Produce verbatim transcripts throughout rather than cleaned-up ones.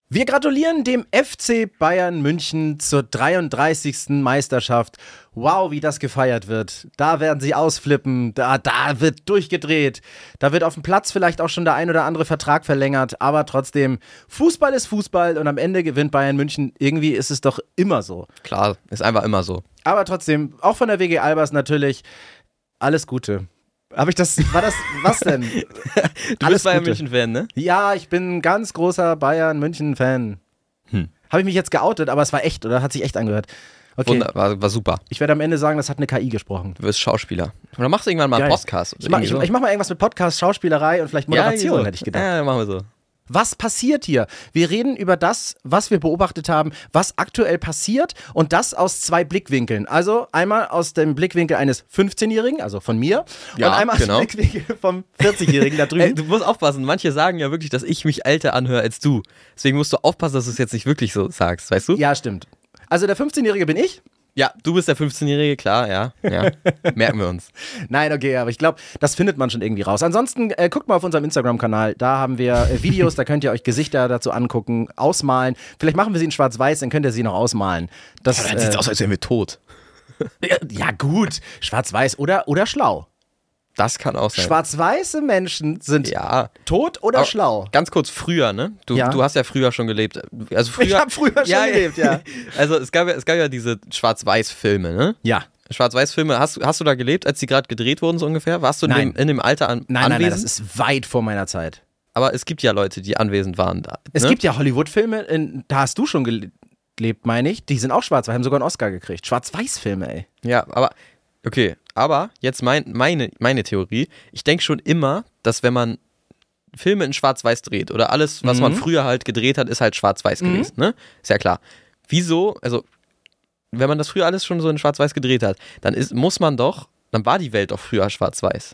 Wir gratulieren dem F C Bayern München zur dreiunddreißigsten Meisterschaft. Wow, wie das gefeiert wird. Da werden sie ausflippen, da, da wird durchgedreht. Da wird auf dem Platz vielleicht auch schon der ein oder andere Vertrag verlängert. Aber trotzdem, Fußball ist Fußball und am Ende gewinnt Bayern München. Irgendwie ist es doch immer so. Klar, ist einfach immer so. Aber trotzdem, auch von der W G Albers natürlich, alles Gute. Habe ich das, war das, was denn? Du bist Bayern München-Fan, ne? Ja, ich bin ein ganz großer Bayern München-Fan. Hm. Habe ich mich jetzt geoutet, aber es war echt, oder? Hat sich echt angehört. Okay. Wunder, war, war super. Ich werde am Ende sagen, das hat eine K I gesprochen. Du wirst Schauspieler. Oder machst du irgendwann mal einen Podcast? Ich mach, ich, so? ich mach mal irgendwas mit Podcast, Schauspielerei und vielleicht Moderation, ja, so. hätte ich gedacht. Ja, dann machen wir so. Was passiert hier? Wir reden über das, was wir beobachtet haben, was aktuell passiert und das aus zwei Blickwinkeln. Also einmal aus dem Blickwinkel eines fünfzehnjährigen, also von mir, ja, und einmal genau. aus dem Blickwinkel vom vierzigjährigen da drüben. Ey, du musst aufpassen, manche sagen ja wirklich, dass ich mich älter anhöre als du. Deswegen musst du aufpassen, dass du es jetzt nicht wirklich so sagst, weißt du? Ja, stimmt. Also der fünfzehnjährige bin ich. Ja, du bist der fünfzehnjährige, klar, ja. ja. Merken wir uns. Nein, okay, aber ich glaube, das findet man schon irgendwie raus. Ansonsten äh, guckt mal auf unserem Instagram-Kanal, da haben wir äh, Videos, da könnt ihr euch Gesichter dazu angucken, ausmalen. Vielleicht machen wir sie in schwarz-weiß, dann könnt ihr sie noch ausmalen. Das, ja, dann sieht es äh, aus, als wären wir tot. Ja, ja gut, schwarz-weiß oder, oder schlau. Das kann auch sein. Schwarz-weiße Menschen sind ja. tot oder aber schlau. Ganz kurz, früher, ne? Du, ja. du hast ja früher schon gelebt. Also früher, ich habe früher schon ja, gelebt, ja. Also es gab, ja, es gab ja diese Schwarz-Weiß-Filme, ne? Ja. Schwarz-Weiß-Filme, hast, hast du da gelebt, als die gerade gedreht wurden, so ungefähr? Warst du in, dem, in dem Alter an, nein, anwesend? Nein, nein, das ist weit vor meiner Zeit. Aber es gibt ja Leute, die anwesend waren da. Es ne? gibt ja Hollywood-Filme, in, da hast du schon gelebt, meine ich. Die sind auch schwarz, wir haben sogar einen Oscar gekriegt. Schwarz-Weiß-Filme, ey. Ja, aber, okay, aber jetzt mein, meine, meine Theorie. Ich denke schon immer, dass wenn man Filme in Schwarz-Weiß dreht oder alles, was mhm. man früher halt gedreht hat, ist halt Schwarz-Weiß mhm. gewesen, ne? Ist ja klar. Wieso, also wenn man das früher alles schon so in Schwarz-Weiß gedreht hat, dann ist, muss man doch, dann war die Welt doch früher Schwarz-Weiß.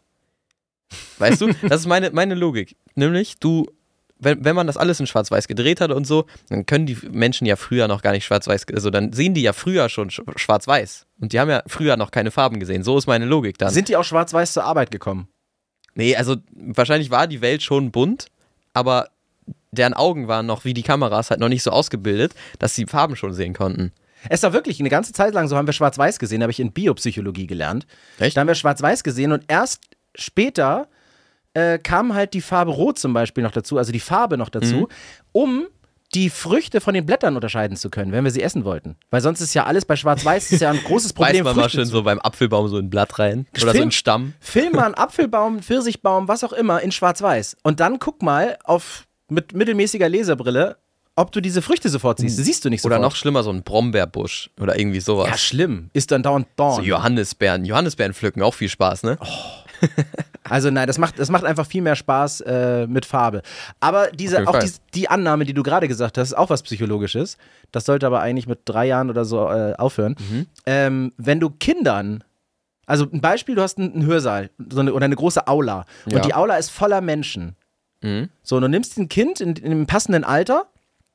Weißt du? Das ist meine, meine Logik. Nämlich, du, wenn, wenn man das alles in Schwarz-Weiß gedreht hat und so, dann können die Menschen ja früher noch gar nicht Schwarz-Weiß, also dann sehen die ja früher schon Schwarz-Weiß. Und die haben ja früher noch keine Farben gesehen. So ist meine Logik dann. Sind die auch schwarz-weiß zur Arbeit gekommen? Nee, also wahrscheinlich war die Welt schon bunt, aber deren Augen waren noch, wie die Kameras, halt noch nicht so ausgebildet, dass sie Farben schon sehen konnten. Es war wirklich eine ganze Zeit lang so, haben wir Schwarz-Weiß gesehen, habe ich in Biopsychologie gelernt. Echt? Da haben wir Schwarz-Weiß gesehen und erst später äh, kam halt die Farbe Rot zum Beispiel noch dazu, also die Farbe noch dazu, mhm. um die Früchte von den Blättern unterscheiden zu können, wenn wir sie essen wollten. Weil sonst ist ja alles bei Schwarz-Weiß ist ja ein großes Problem. Weiß man mal schön so beim Apfelbaum so ein Blatt rein oder Film, so ein Stamm. Film mal einen Apfelbaum, Pfirsichbaum, was auch immer in Schwarz-Weiß und dann guck mal auf mit mittelmäßiger Laserbrille, ob du diese Früchte sofort siehst. Das siehst du nicht sofort. Oder noch schlimmer, so ein Brombeerbusch oder irgendwie sowas. Ja, schlimm. Ist dann dauernd Dorn. So Johannisbeeren. Johannisbeeren pflücken, auch viel Spaß, ne? Oh. Also nein, das macht, das macht einfach viel mehr Spaß äh, mit Farbe. Aber diese, auch die, die Annahme, die du gerade gesagt hast, ist auch was Psychologisches. Das sollte aber eigentlich mit drei Jahren oder so äh, aufhören. Mhm. Ähm, wenn du Kindern, also ein Beispiel, du hast einen, einen Hörsaal so eine, oder eine große Aula und ja. die Aula ist voller Menschen. Mhm. So, und du nimmst ein Kind in, in einem passenden Alter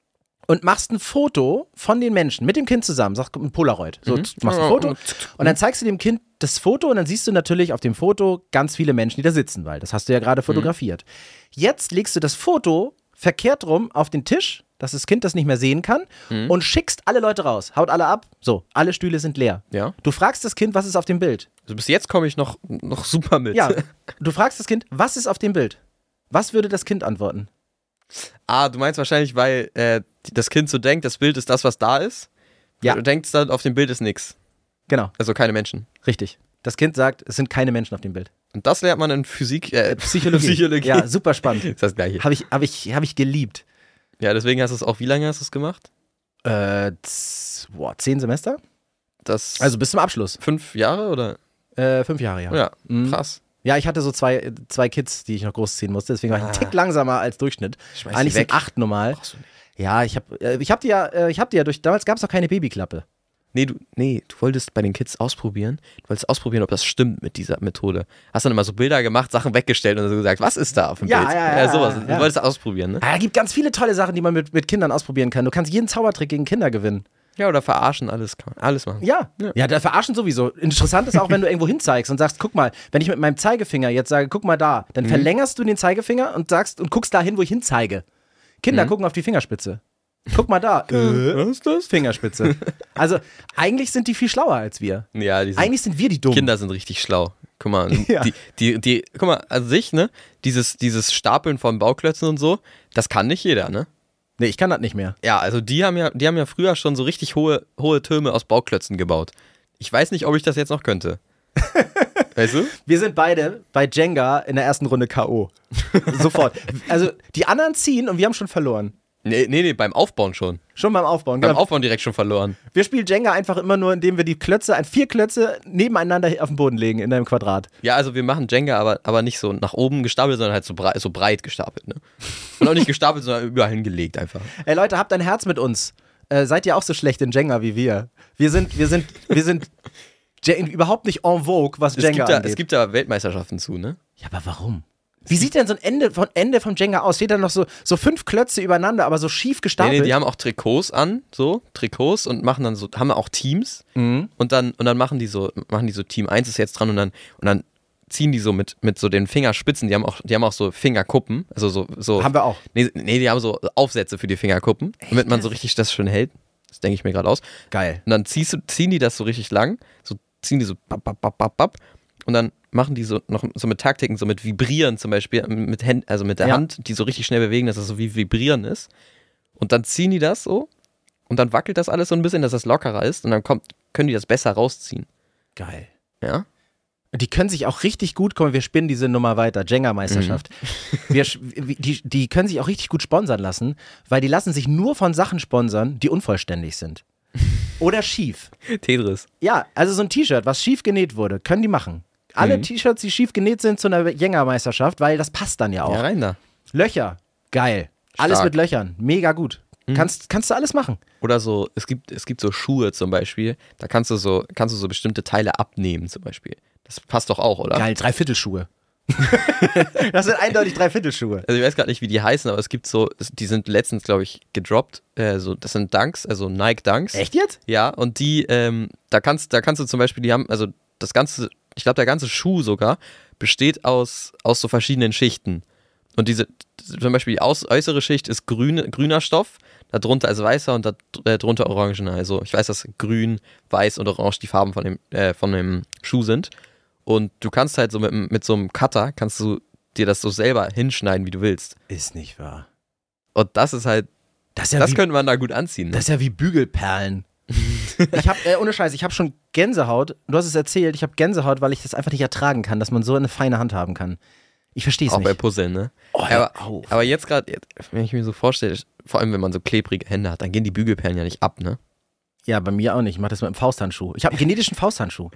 und machst ein Foto von den Menschen mit dem Kind zusammen, sag ein Polaroid. So, mhm. du machst ein Foto und dann zeigst du dem Kind das Foto und dann siehst du natürlich auf dem Foto ganz viele Menschen, die da sitzen, weil das hast du ja gerade fotografiert. Mhm. Jetzt legst du das Foto verkehrt rum auf den Tisch, dass das Kind das nicht mehr sehen kann mhm. und schickst alle Leute raus, haut alle ab, so, alle Stühle sind leer. Ja. Du fragst das Kind, was ist auf dem Bild? Also bis jetzt komme ich noch, noch super mit. Ja, du fragst das Kind, was ist auf dem Bild? Was würde das Kind antworten? Ah, du meinst wahrscheinlich, weil äh, das Kind so denkt, das Bild ist das, was da ist. Ja. Du denkst dann, auf dem Bild ist nichts. Genau. Also keine Menschen. Richtig. Das Kind sagt, es sind keine Menschen auf dem Bild. Und das lernt man in Physik, äh, Psychologie. Psychologie. Ja, super spannend. Das ist das Gleiche. Habe ich, hab ich, hab ich geliebt. Ja, deswegen hast du es auch, wie lange hast du es gemacht? Äh, z- boah, zehn Semester? Das Also bis zum Abschluss. Fünf Jahre oder? Äh, fünf Jahre, ja. Ja, mhm. krass. Ja, ich hatte so zwei, zwei Kids, die ich noch großziehen musste, deswegen war ich ah. einen Tick langsamer als Durchschnitt. Schmeiß Eigentlich die weg. sind acht normal. Brauchst du nicht. Ja, ich habe äh, ich hab die ja, äh, ich hab die ja durch, damals gab es noch keine Babyklappe. Nee du, nee, du wolltest bei den Kids ausprobieren, du wolltest ausprobieren, ob das stimmt mit dieser Methode. Hast dann immer so Bilder gemacht, Sachen weggestellt und so gesagt, was ist da auf dem Ja, Bild? ja, ja, sowas. ja. Du wolltest ausprobieren, ne? Ah, da gibt ganz viele tolle Sachen, die man mit, mit Kindern ausprobieren kann. Du kannst jeden Zaubertrick gegen Kinder gewinnen. Ja, oder verarschen, alles, alles machen. Ja, ja, ja, da verarschen sowieso. Interessant ist auch, wenn du irgendwo hinzeigst und sagst, guck mal, wenn ich mit meinem Zeigefinger jetzt sage, guck mal da, dann mhm. verlängerst du den Zeigefinger und sagst und guckst da hin, wo ich hinzeige. Kinder mhm. gucken auf die Fingerspitze. Guck mal da. Äh, was ist das? Fingerspitze. Also, eigentlich sind die viel schlauer als wir. Ja, die sind, eigentlich sind wir die Dummen. Kinder sind richtig schlau. Guck mal, Ja. die, die, die, guck mal, an sich, ne, dieses, dieses Stapeln von Bauklötzen und so, das kann nicht jeder, ne? Nee, ich kann das nicht mehr. Ja, also die haben ja, die haben ja früher schon so richtig hohe, hohe Türme aus Bauklötzen gebaut. Ich weiß nicht, ob ich das jetzt noch könnte. Weißt du? Wir sind beide bei Jenga in der ersten Runde K O. Sofort. Also, die anderen ziehen und wir haben schon verloren. Nee, nee, nee, beim Aufbauen schon. Schon beim Aufbauen. Beim Genau. Aufbauen direkt schon verloren. Wir spielen Jenga einfach immer nur, indem wir die Klötze, ein vier Klötze nebeneinander auf den Boden legen in einem Quadrat. Ja, also wir machen Jenga, aber, aber nicht so nach oben gestapelt, sondern halt so breit, so breit gestapelt, ne? Und auch nicht gestapelt, sondern überall hingelegt einfach. Ey Leute, habt ein Herz mit uns. Äh, seid ihr auch so schlecht in Jenga wie wir? Wir sind, wir sind, wir sind Jen- überhaupt nicht en vogue, was Es Jenga gibt, da, angeht. es gibt da Weltmeisterschaften zu, ne? Ja, aber warum? Wie sieht denn so ein Ende von Ende vom Jenga aus? Steht da noch so, so fünf Klötze übereinander, aber so schief Nee, gestapelt? nee, die haben auch Trikots an, so, Trikots und machen dann so, haben auch Teams Mhm. und dann, und dann machen die so, machen die so, Team eins ist jetzt dran und dann, und dann ziehen die so mit, mit so den Fingerspitzen, die haben auch, die haben auch so Fingerkuppen, also so, so. Haben wir auch. Nee, nee, die haben so Aufsätze für die Fingerkuppen, damit man so richtig das schön hält. Das denke ich mir gerade aus. Geil. Und dann ziehst du, ziehen die das so richtig lang, so ziehen die so bap, bap, bap, bap, bap, und dann machen die so noch so mit Taktiken, so mit Vibrieren zum Beispiel, mit Händen, also mit der Ja. Hand, die so richtig schnell bewegen, dass das so wie Vibrieren ist. Und dann ziehen die das so und dann wackelt das alles so ein bisschen, dass das lockerer ist und dann kommt, können die das besser rausziehen. Geil. Ja? Die können sich auch richtig gut, komm, wir spinnen diese Nummer weiter, Jenga-Meisterschaft. Wir, sch- die, die können sich auch richtig gut sponsern lassen, weil die lassen sich nur von Sachen sponsern, die unvollständig sind. Oder schief. Tetris. Ja, also so ein T-Shirt, was schief genäht wurde, können die machen. Alle Mhm. T-Shirts, die schief genäht sind zu einer Jenga-Meisterschaft, weil das passt dann ja auch. Ja, rein da. Löcher, geil. Alles Stark. mit Löchern, mega gut. Kannst, kannst du alles machen. Oder so, es gibt, es gibt so Schuhe zum Beispiel, da kannst du so, kannst du so bestimmte Teile abnehmen zum Beispiel. Das passt doch auch, oder? Geil, Dreiviertelschuhe. Das sind eindeutig Dreiviertelschuhe. Also ich weiß gerade nicht, wie die heißen, aber es gibt so, es- die sind letztens, glaube ich, gedroppt. Äh, so, das sind Dunks, also Nike Dunks. Echt jetzt? Ja, und die, ähm, da kannst, da kannst du zum Beispiel, die haben, also das ganze, ich glaube, der ganze Schuh sogar besteht aus, aus so verschiedenen Schichten. Und diese, zum Beispiel die aus, äußere Schicht ist grün, grüner Stoff, darunter ist weißer und darunter orangener. Also ich weiß, dass grün, weiß und orange die Farben von dem, äh, von dem Schuh sind. Und du kannst halt so mit, mit so einem Cutter, kannst du dir das so selber hinschneiden, wie du willst. Ist nicht wahr. Und das ist halt, Das ist ja, das wie, könnte man da gut anziehen. Ne? das ist ja wie Bügelperlen. Ich hab, äh, ohne Scheiß, ich habe schon Gänsehaut. Du hast es erzählt, ich habe Gänsehaut, weil ich das einfach nicht ertragen kann, dass man so eine feine Hand haben kann. Ich verstehe es Auch bei nicht. Puzzeln, ne? Oh, hör aber, auf. aber jetzt gerade, wenn ich mir so vorstelle, vor allem wenn man so klebrige Hände hat, dann gehen die Bügelperlen ja nicht ab, ne? Ja, bei mir auch nicht. Ich mache das mit einem Fausthandschuh. Ich habe einen genetischen Fausthandschuh.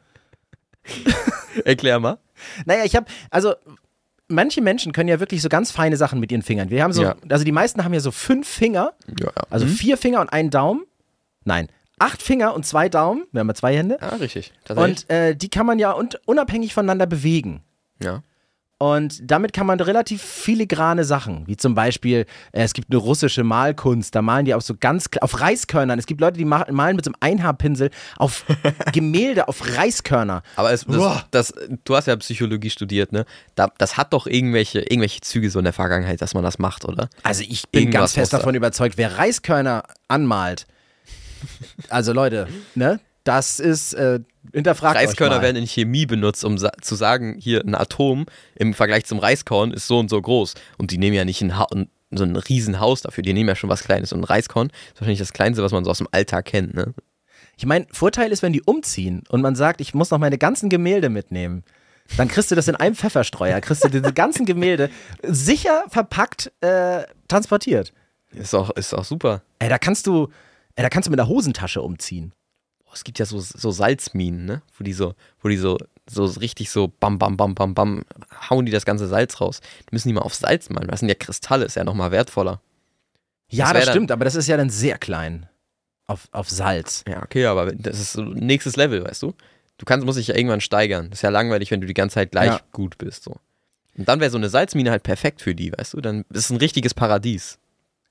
Erklär mal. Naja, ich habe, also manche Menschen können ja wirklich so ganz feine Sachen mit ihren Fingern. Wir haben so, Ja. also die meisten haben ja so fünf Finger, Ja, ja. also Mhm. vier Finger und einen Daumen. Nein, acht Finger und zwei Daumen. Wir haben ja zwei Hände. Ja, richtig. Tatsächlich. Und äh, die kann man ja un unabhängig voneinander bewegen. Ja. Und damit kann man relativ filigrane Sachen, wie zum Beispiel, äh, es gibt eine russische Malkunst, da malen die auf so ganz, kle- auf Reiskörnern. Es gibt Leute, die ma malen mit so einem Einhaarpinsel auf Gemälde, auf Reiskörner. Aber es, Boah. das, das, du hast ja Psychologie studiert, ne? Da, das hat doch irgendwelche, irgendwelche Züge so in der Vergangenheit, dass man das macht, oder? Also ich bin Irgendwas ganz fest muss da- davon überzeugt, wer Reiskörner anmalt, also Leute, ne, das ist, äh, hinterfragt Reiskörner euch mal. werden in Chemie benutzt, um sa zu sagen, hier ein Atom im Vergleich zum Reiskorn ist so und so groß. Und die nehmen ja nicht ein, ha ein so ein Riesenhaus dafür, die nehmen ja schon was Kleines. Und ein Reiskorn ist wahrscheinlich das Kleinste, was man so aus dem Alltag kennt, ne? Ich meine, Vorteil ist, wenn die umziehen und man sagt, ich muss noch meine ganzen Gemälde mitnehmen, dann kriegst du das in einem Pfefferstreuer, kriegst du diese ganzen Gemälde sicher verpackt äh, transportiert. Ist auch, ist auch super. Ey, da kannst du, ey, da kannst du mit einer Hosentasche umziehen. Boah, es gibt ja so, so Salzminen, ne? Wo die so, wo die so, so richtig so bam, bam, bam, bam, bam, hauen die das ganze Salz raus. Die müssen die mal auf Salz malen. Das sind ja Kristalle, ist ja nochmal wertvoller. Ja, Das das, wär dann- stimmt, aber das ist ja dann sehr klein. Auf, auf Salz. Ja, okay, aber das ist so nächstes Level, weißt du? Du kannst, musst dich ja irgendwann steigern. Das ist ja langweilig, wenn du die ganze Zeit gleich Ja. gut bist, so. Und dann wäre so eine Salzmine halt perfekt für die, weißt du? Dann ist es ein richtiges Paradies.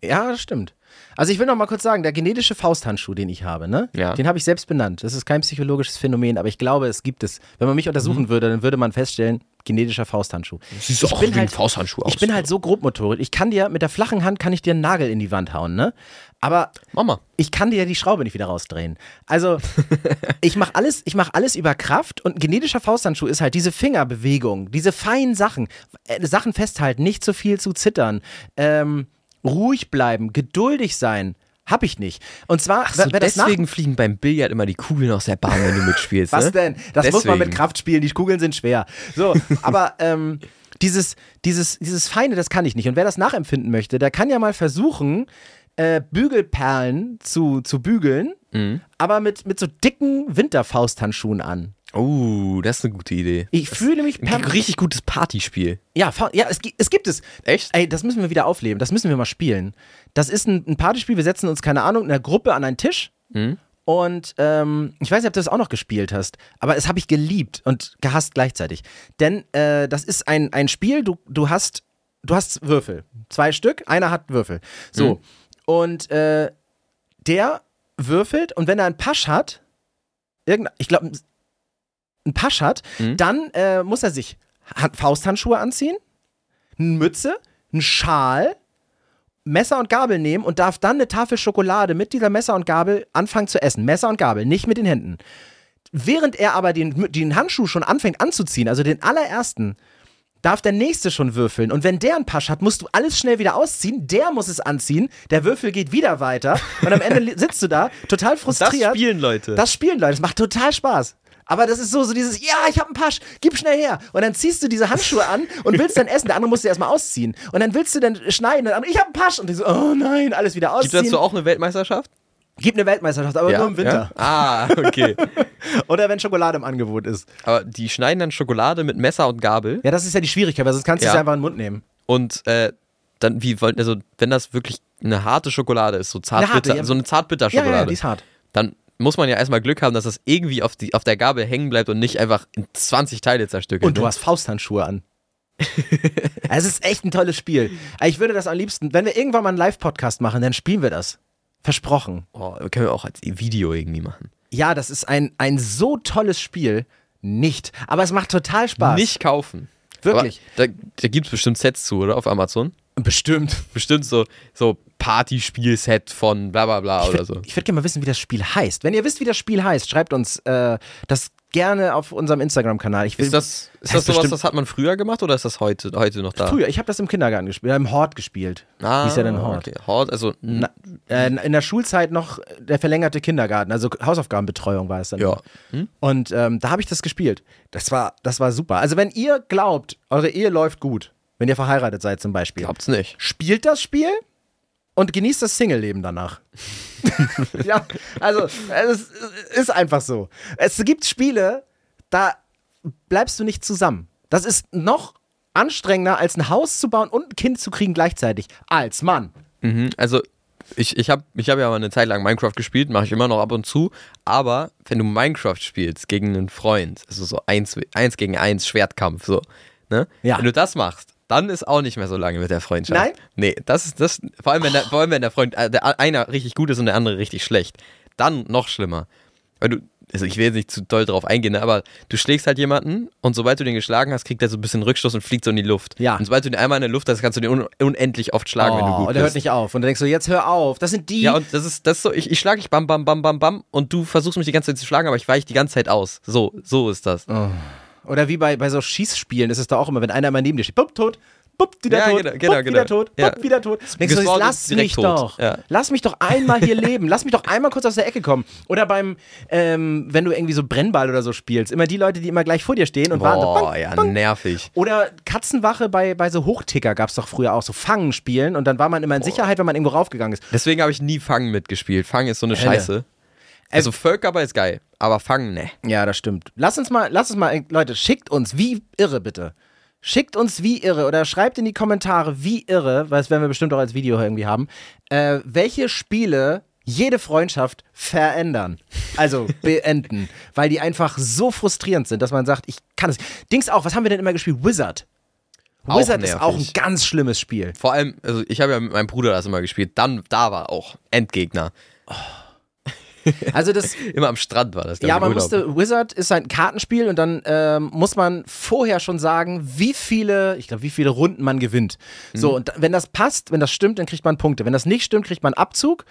Ja, das stimmt. Also ich will noch mal kurz sagen, der genetische Fausthandschuh, den ich habe, ne? Ja. Den habe ich selbst benannt. Das ist kein psychologisches Phänomen, aber ich glaube, es gibt es. Wenn man mich untersuchen mhm. würde, dann würde man feststellen, genetischer Fausthandschuh. Siehst du auch wie ein Fausthandschuh aus. Ich bin halt so grobmotorisch. Ich kann dir, mit der flachen Hand kann ich dir einen Nagel in die Wand hauen, ne? Aber Mama. ich kann dir die Schraube nicht wieder rausdrehen. Also ich mache alles, ich mach alles über Kraft und ein genetischer Fausthandschuh ist halt diese Fingerbewegung, diese feinen Sachen, äh, Sachen festhalten, nicht zu viel zu zittern, ähm, ruhig bleiben, geduldig sein. Hab ich nicht. Und zwar, Ach so, wer das deswegen nach- fliegen beim Billard immer die Kugeln aus der Bahn, wenn du mitspielst. Was ne? denn? Das deswegen. muss man mit Kraft spielen, die Kugeln sind schwer. So, aber ähm, dieses, dieses, dieses Feine, das kann ich nicht. Und wer das nachempfinden möchte, der kann ja mal versuchen, äh, Bügelperlen zu, zu bügeln, Mhm. aber mit, mit so dicken Winterfausthandschuhen an. Oh, das ist eine gute Idee. Ich das fühle mich ein per- richtig gutes Partyspiel. Ja, fa- ja es, gi- es gibt es. Echt? Ey, das müssen wir wieder aufleben. Das müssen wir mal spielen. Das ist ein, ein Partyspiel. Wir setzen uns, keine Ahnung, in einer Gruppe an einen Tisch. Mhm. Und ähm, ich weiß nicht, ob du das auch noch gespielt hast, aber es habe ich geliebt und gehasst gleichzeitig. Denn äh, das ist ein, ein Spiel, du, du, hast, du hast Würfel. Zwei Stück, einer hat Würfel. So. Mhm. Und äh, der würfelt und wenn er einen Pasch hat, irgendein, ich glaube, einen Pasch hat, Mhm. dann äh, muss er sich Hand- Fausthandschuhe anziehen, eine Mütze, einen Schal, Messer und Gabel nehmen und darf dann eine Tafel Schokolade mit dieser Messer und Gabel anfangen zu essen. Messer und Gabel, nicht mit den Händen. Während er aber den, den Handschuh schon anfängt anzuziehen, also den allerersten, darf der Nächste schon würfeln. Und wenn der einen Pasch hat, musst du alles schnell wieder ausziehen. Der muss es anziehen. Der Würfel geht wieder weiter. Und am Ende sitzt du da, total frustriert. Das spielen Leute. Das spielen Leute. Das macht total Spaß. Aber das ist so, so dieses, ja, ich hab einen Pasch, gib schnell her. Und dann ziehst du diese Handschuhe an und willst dann essen. Der andere muss dir erstmal ausziehen. Und dann willst du dann schneiden. Und der andere, ich hab einen Pasch. Und die so, oh nein, alles wieder ausziehen. Gibt es dazu auch eine Weltmeisterschaft? Gibt eine Weltmeisterschaft, aber ja, nur im Winter. Ja? Ah, okay. Oder wenn Schokolade im Angebot ist. Aber die schneiden dann Schokolade mit Messer und Gabel. Ja, das ist ja die Schwierigkeit, weil sonst kannst du Ja. es einfach in den Mund nehmen. Und äh, dann, wie wollen, also wenn das wirklich eine harte Schokolade ist, so zartbitter, harte, ja. so eine Zartbitter-Schokolade, Ja, ja, die ist hart. dann muss man ja erstmal Glück haben, dass das irgendwie auf, die, auf der Gabel hängen bleibt und nicht einfach in zwanzig Teile zerstückelt. Und du ne? hast Fausthandschuhe an. Es ist echt ein tolles Spiel. Ich würde das am liebsten, wenn wir irgendwann mal einen Live-Podcast machen, dann spielen wir das. Versprochen. Oh, können wir auch als Video irgendwie machen. Ja, das ist ein, ein so tolles Spiel. Nicht. Aber es macht total Spaß. Nicht kaufen. Wirklich. Aber da da gibt es bestimmt Sets zu, oder? Auf Amazon? Bestimmt. Bestimmt so, so Partyspiel-Set von bla bla bla oder so. Ich würde gerne mal wissen, wie das Spiel heißt. Wenn ihr wisst, wie das Spiel heißt, schreibt uns äh, das gerne auf unserem Instagram-Kanal. Ich will, Ist das, ist heißt das sowas, bestimmt- das hat man früher gemacht oder ist das heute, heute noch da? Früher, ich habe das im Kindergarten gespielt, äh, im Hort gespielt. Ah, Wie ist ja denn Hort? Okay. Hort, also, Na, äh, in der Schulzeit noch der verlängerte Kindergarten, also Hausaufgabenbetreuung war es dann. ja. Hm? Und ähm, da habe ich das gespielt. Das war, das war super. Also wenn ihr glaubt, eure Ehe läuft gut, wenn ihr verheiratet seid zum Beispiel, Glaubt's nicht. spielt das Spiel und genießt das Single-Leben danach. Ja, also es ist einfach so. Es gibt Spiele, da bleibst du nicht zusammen. Das ist noch anstrengender, als ein Haus zu bauen und ein Kind zu kriegen gleichzeitig. Als Mann. Mhm. Also, ich, ich habe ich hab ja mal eine Zeit lang Minecraft gespielt, mache ich immer noch ab und zu, aber wenn du Minecraft spielst gegen einen Freund, also so eins, eins gegen eins Schwertkampf, so, ne? Ja. Wenn du das machst, dann ist auch nicht mehr so lange mit der Freundschaft. Nein? Nee, das ist das, vor allem wenn der, vor allem wenn der Freund, äh, der einer richtig gut ist und der andere richtig schlecht, dann noch schlimmer. Weil du, also ich will jetzt nicht zu doll drauf eingehen, ne, aber du schlägst halt jemanden und sobald du den geschlagen hast, kriegt er so ein bisschen Rückstoß und fliegt so in die Luft. Ja. Und sobald du den einmal in der Luft hast, kannst du den un unendlich oft schlagen, wenn du Oh, gut und er hört bist. nicht auf. Und dann denkst du, jetzt hör auf. Das sind die. Ja, und das ist, das ist so, ich, ich schlage dich bam, bam, bam, bam, bam und du versuchst mich die ganze Zeit zu schlagen, aber ich weiche die ganze Zeit aus. So, so ist das. Oder wie bei, bei so Schießspielen ist es da auch immer, wenn einer immer neben dir steht. Bupp, tot. Bupp, wieder Ja, tot. genau, genau, bupp, wieder genau. tot. Ja. Bupp, wieder tot. Denkst du, Gespawnt lass ist direkt mich tot. doch. Ja. Lass mich doch einmal hier leben. Lass mich doch einmal kurz aus der Ecke kommen. Oder beim, ähm, wenn du irgendwie so Brennball oder so spielst. Immer die Leute, die immer gleich vor dir stehen und warten. Boah, Bang, ja, bang. nervig. Oder Katzenwache bei, bei so Hochticker gab es doch früher auch. So Fangen spielen. Und dann war man immer in Sicherheit, wenn man irgendwo raufgegangen ist. Deswegen habe ich nie Fangen mitgespielt. Fangen ist so eine Hölle. Scheiße. Also Völkerball ist geil, aber Fangen, ne. Ja, das stimmt. Lass uns mal, lass uns mal, Leute, schickt uns wie irre bitte. Schickt uns wie irre oder schreibt in die Kommentare wie irre, weil das werden wir bestimmt auch als Video irgendwie haben, äh, welche Spiele jede Freundschaft verändern. Also beenden. Weil die einfach so frustrierend sind, dass man sagt, ich kann es. Dings auch, was haben wir denn immer gespielt? Wizard. Wizard ist auch ein ganz schlimmes Spiel. Vor allem, also ich habe ja mit meinem Bruder das immer gespielt, dann, da war auch Endgegner. Oh. Also das, immer am Strand war das. Ja, man musste, Wizard ist ein Kartenspiel und dann ähm, muss man vorher schon sagen, wie viele, ich glaube, wie viele Runden man gewinnt. Mhm. So, und wenn das passt, wenn das stimmt, dann kriegt man Punkte. Wenn das nicht stimmt, kriegt man Abzug.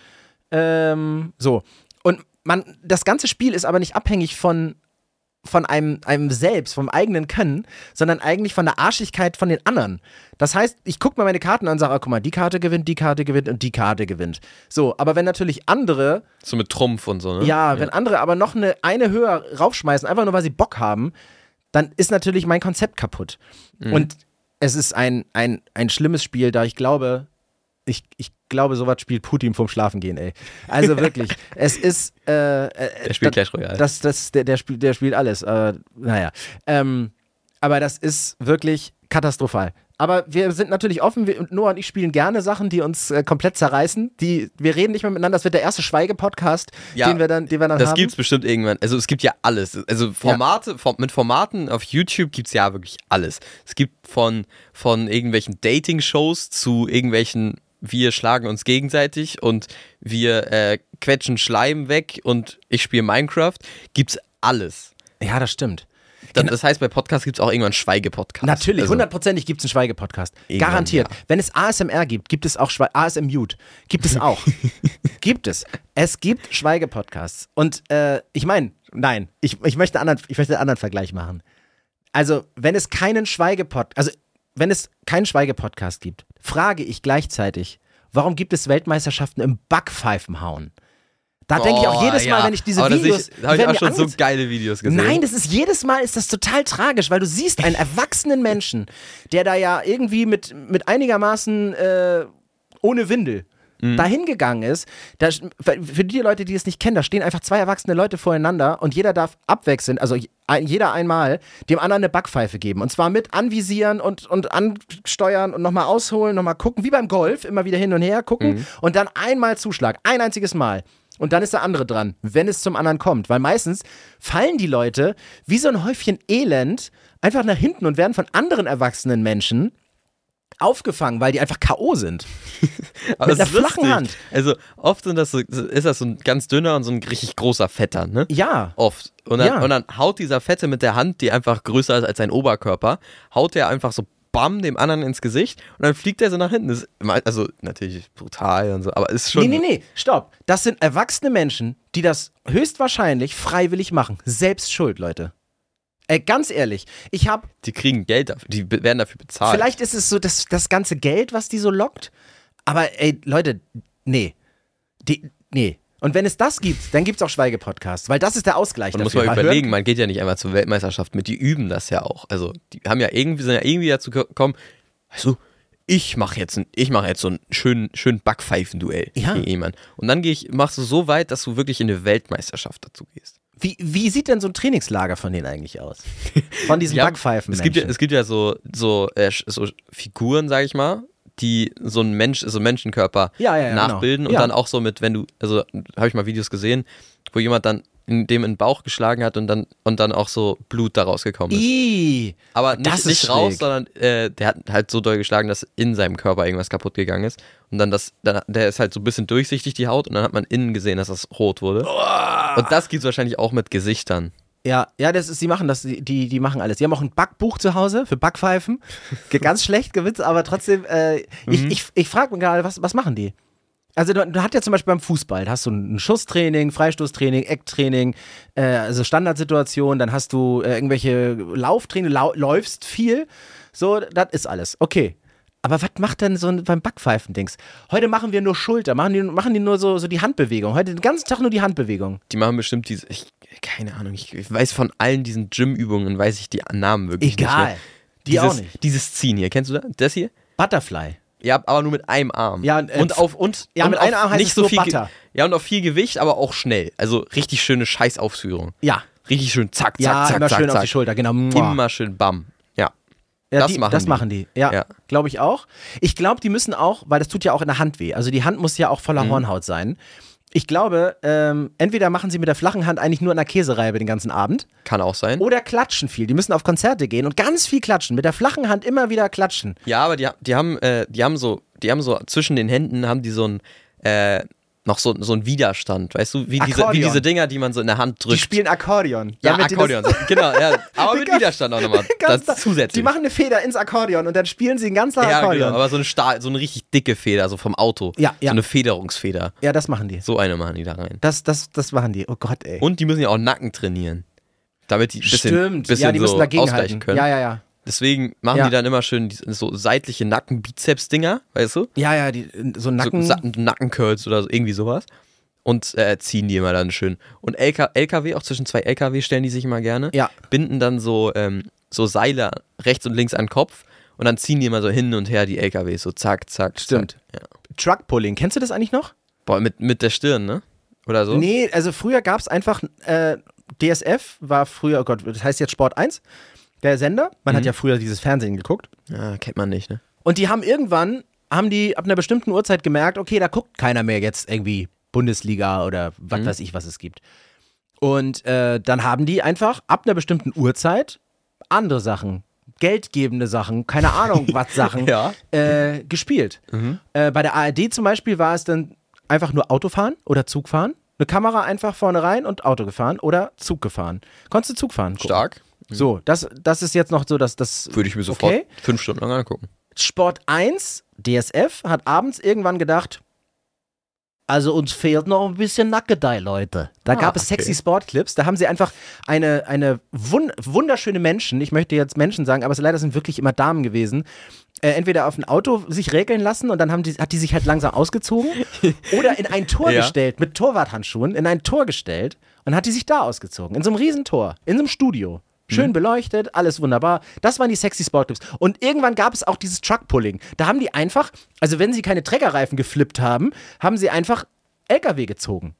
Ähm, so. Und man, das ganze Spiel ist aber nicht abhängig von von einem, einem selbst, vom eigenen Können, sondern eigentlich von der Arschigkeit von den anderen. Das heißt, ich gucke mir meine Karten an und sage, oh, guck mal, die Karte gewinnt, die Karte gewinnt und die Karte gewinnt. So, aber wenn natürlich andere... So mit Trumpf und so, ne? Ja, wenn ja. andere aber noch eine, eine höher raufschmeißen, einfach nur, weil sie Bock haben, dann ist natürlich mein Konzept kaputt. Mhm. Und es ist ein, ein, ein schlimmes Spiel, da ich glaube... Ich, ich glaube, sowas spielt Putin vorm Schlafengehen, ey. Also wirklich, es ist... Äh, äh, der spielt Clash Royale. Das, das, der, der, spielt, der spielt alles. Äh, naja. Ähm, aber das ist wirklich katastrophal. Aber wir sind natürlich offen. Wir, Noah und ich spielen gerne Sachen, die uns äh, komplett zerreißen. Die, wir reden nicht mehr miteinander. Das wird der erste Schweige-Podcast, ja, den wir dann, den wir dann das haben. Das gibt's bestimmt irgendwann. Also es gibt ja alles. Also Formate, ja. mit Formaten auf YouTube gibt's ja wirklich alles. Es gibt von, von irgendwelchen Dating-Shows zu irgendwelchen... Wir schlagen uns gegenseitig und wir äh, quetschen Schleim weg und ich spiele Minecraft, gibt's alles. Ja, das stimmt. Das, das heißt, bei Podcasts gibt es auch irgendwann einen Schweige-Podcast. Natürlich, hundertprozentig gibt es einen Schweige-Podcast. Garantiert. Ja. Wenn es A S M R gibt, gibt es auch Schwe- A S M Mute. Gibt es auch. Gibt es. Es gibt Schweige-Podcasts. Und äh, ich meine, nein, ich, ich, möchte anderen, ich möchte einen anderen Vergleich machen. Also, wenn es keinen Schweige-Podcast, also wenn es keinen Schweige-Podcast gibt, frage ich gleichzeitig, warum gibt es Weltmeisterschaften im Backpfeifenhauen? Da denke ich auch jedes Mal, ja. wenn ich diese aber Videos... Da habe ich auch schon so geile Videos gesehen. Nein, das ist jedes Mal ist das total tragisch, weil du siehst einen erwachsenen Menschen, der da ja irgendwie mit, mit einigermaßen äh, ohne Windel mhm. dahin gegangen ist. Da, für die Leute, die es nicht kennen, da stehen einfach zwei erwachsene Leute voreinander und jeder darf abwechselnd, also jeder einmal, dem anderen eine Backpfeife geben. Und zwar mit anvisieren und, und ansteuern und nochmal ausholen, nochmal gucken, wie beim Golf, immer wieder hin und her gucken mhm. und dann einmal Zuschlag, ein einziges Mal. Und dann ist der andere dran, wenn es zum anderen kommt. Weil meistens fallen die Leute wie so ein Häufchen Elend einfach nach hinten und werden von anderen erwachsenen Menschen aufgefangen, weil die einfach K O sind. Aber mit einer flachen Hand. Also oft sind das so, ist das so ein ganz dünner und so ein richtig großer Fetter, ne? Ja. Oft. Und dann, ja. und dann haut dieser Fette mit der Hand, die einfach größer ist als sein Oberkörper, haut er einfach so bam dem anderen ins Gesicht und dann fliegt er so nach hinten. Das ist, also natürlich brutal und so, aber ist schon... Nee, nee, nee, stopp. Das sind erwachsene Menschen, die das höchstwahrscheinlich freiwillig machen. Selbst schuld, Leute. Ey, ganz ehrlich, ich hab... Die kriegen Geld dafür, die werden dafür bezahlt. Vielleicht ist es so das, das ganze Geld, was die so lockt, aber ey, Leute, nee. Die, nee. Und wenn es das gibt, dann gibt es auch Schweige-Podcasts, weil das ist der Ausgleich und dafür. Und muss man überlegen, man geht ja nicht einmal zur Weltmeisterschaft mit, die üben das ja auch. Also die haben ja irgendwie, sind ja irgendwie dazu gekommen, also ich mache jetzt, ein, ich mach jetzt so ein schön, schön Backpfeifen-Duell ja. gegen jemanden. Und dann geh ich, machst du so weit, dass du wirklich in eine Weltmeisterschaft dazu gehst. Wie, wie sieht denn so ein Trainingslager von denen eigentlich aus? Von diesen ja, Backpfeifen. Es gibt ja, es gibt ja so, so, äh, so Figuren, sag ich mal, die so einen Mensch, so einen Menschenkörper ja, ja, ja, nachbilden genau. und ja. dann auch so mit, wenn du, also habe ich mal Videos gesehen, wo jemand dann in dem in den Bauch geschlagen hat und dann und dann auch so Blut daraus gekommen ist. Ii, aber nicht, das nicht ist raus, schräg. sondern äh, der hat halt so doll geschlagen, dass in seinem Körper irgendwas kaputt gegangen ist. Und dann das, dann, der ist halt so ein bisschen durchsichtig, die Haut, und dann hat man innen gesehen, dass das rot wurde. Oh. Und das gibt's wahrscheinlich auch mit Gesichtern. Ja, ja, das ist, die machen das, die, die machen alles. Die haben auch ein Backbuch zu Hause für Backpfeifen. Ganz schlecht gewitzt, aber trotzdem, äh, mhm. ich, ich, ich frage mich gerade, was, was machen die? Also du, du hast ja zum Beispiel beim Fußball, da hast du ein Schusstraining, Freistoßtraining, Ecktraining, äh, also Standardsituation, dann hast du äh, irgendwelche Lauftraining, lau läufst viel, so, das ist alles, okay. Aber was macht denn so ein, beim Backpfeifen-Dings? Heute machen wir nur Schulter, machen die, machen die nur so, so die Handbewegung, heute den ganzen Tag nur die Handbewegung. Die machen bestimmt diese, ich, keine Ahnung, ich, ich weiß von allen diesen Gym-Übungen, weiß ich die Namen wirklich Egal. nicht. Egal, die dieses, auch nicht. Dieses Ziehen hier, kennst du das? Das hier? Butterfly. Ja, aber nur mit einem Arm. Ja, äh, und auf und ja, und mit einem Arm heißt nicht es so nur viel Butter. Ja, und auf viel Gewicht, aber auch schnell. Also richtig schöne Scheißausführung. Ja. Richtig schön zack, zack, ja, zack, immer zack, schön zack. auf die Schulter, genau. Immer schön bam. Ja. Ja, das die, machen das die. machen die. Ja, ja. glaube ich auch. Ich glaube, die müssen auch, weil das tut ja auch in der Hand weh. Also die Hand muss ja auch voller mhm. Hornhaut sein. Ich glaube, ähm, entweder machen sie mit der flachen Hand eigentlich nur an der Käsereibe den ganzen Abend. Kann auch sein. Oder klatschen viel. Die müssen auf Konzerte gehen und ganz viel klatschen. Mit der flachen Hand immer wieder klatschen. Ja, aber die, die haben, äh, die haben so, die haben so zwischen den Händen haben die so ein, äh, noch so, so ein Widerstand, weißt du, wie diese, wie diese Dinger, die man so in der Hand drückt. Die spielen Akkordeon. Ja, Akkordeon, so, genau, ja. Aber mit Widerstand auch nochmal. Das da, zusätzlich. Die machen eine Feder ins Akkordeon und dann spielen sie ein ganz langes ja, Akkordeon. Genau, aber so eine, Stahl, so eine richtig dicke Feder, so vom Auto. Ja, ja. So eine Federungsfeder. Ja, das machen die. So eine machen die da rein. Das, das, das machen die. Oh Gott, ey. Und die müssen ja auch Nacken trainieren. Damit die ein bisschen, Stimmt. bisschen Ja, die müssen so dagegen ausgleichen halten. können. Ja, ja, ja. Deswegen machen Ja. die dann immer schön die, so seitliche Nacken-Bizeps-Dinger, weißt du? Ja, ja, die, so Nacken. So Nackencurls oder so, irgendwie sowas. Und äh, ziehen die immer dann schön. Und L K, L K W, auch zwischen zwei L K W stellen die sich immer gerne. Ja. Binden dann so, ähm, so Seile rechts und links an den Kopf und dann ziehen die immer so hin und her die L K Ws. So zack, zack, Stimmt. zack. Ja. Truckpulling. Kennst du das eigentlich noch? Boah, mit, mit der Stirn, ne? Oder so? Nee, also früher gab es einfach, äh, D S F war früher, oh Gott, das heißt jetzt Sport eins, der Sender. Man Mhm. hat ja früher dieses Fernsehen geguckt. Ja, kennt man nicht, ne? Und die haben irgendwann, haben die ab einer bestimmten Uhrzeit gemerkt, okay, da guckt keiner mehr jetzt irgendwie Bundesliga oder was Mhm. weiß ich, was es gibt. Und äh, dann haben die einfach ab einer bestimmten Uhrzeit andere Sachen, geldgebende Sachen, keine Ahnung was Sachen, Ja. äh, gespielt. Mhm. Äh, bei der A R D zum Beispiel war es dann einfach nur Autofahren oder Zugfahren. Eine Kamera einfach vorne rein und Auto gefahren oder Zug gefahren. Konntest du Zug fahren? gucken. Stark. So, das, das ist jetzt noch so, dass das. Würde ich mir sofort Okay. fünf Stunden lang angucken. Sport eins, D S F, hat abends irgendwann gedacht, also uns fehlt noch ein bisschen Nackedei, Leute. Da Ah, gab es okay. sexy Sportclips, da haben sie einfach eine, eine wun wunderschöne Menschen, ich möchte jetzt Menschen sagen, aber es leider sind wirklich immer Damen gewesen, äh, entweder auf ein Auto sich regeln lassen und dann haben die, hat die sich halt langsam ausgezogen oder in ein Tor Ja. gestellt, mit Torwarthandschuhen, in ein Tor gestellt und hat die sich da ausgezogen, in so einem Riesentor, in so einem Studio. Schön beleuchtet, alles wunderbar. Das waren die sexy Sportclips. Und irgendwann gab es auch dieses Truckpulling. Da haben die einfach, also wenn sie keine Treckerreifen geflippt haben, haben sie einfach L K W gezogen.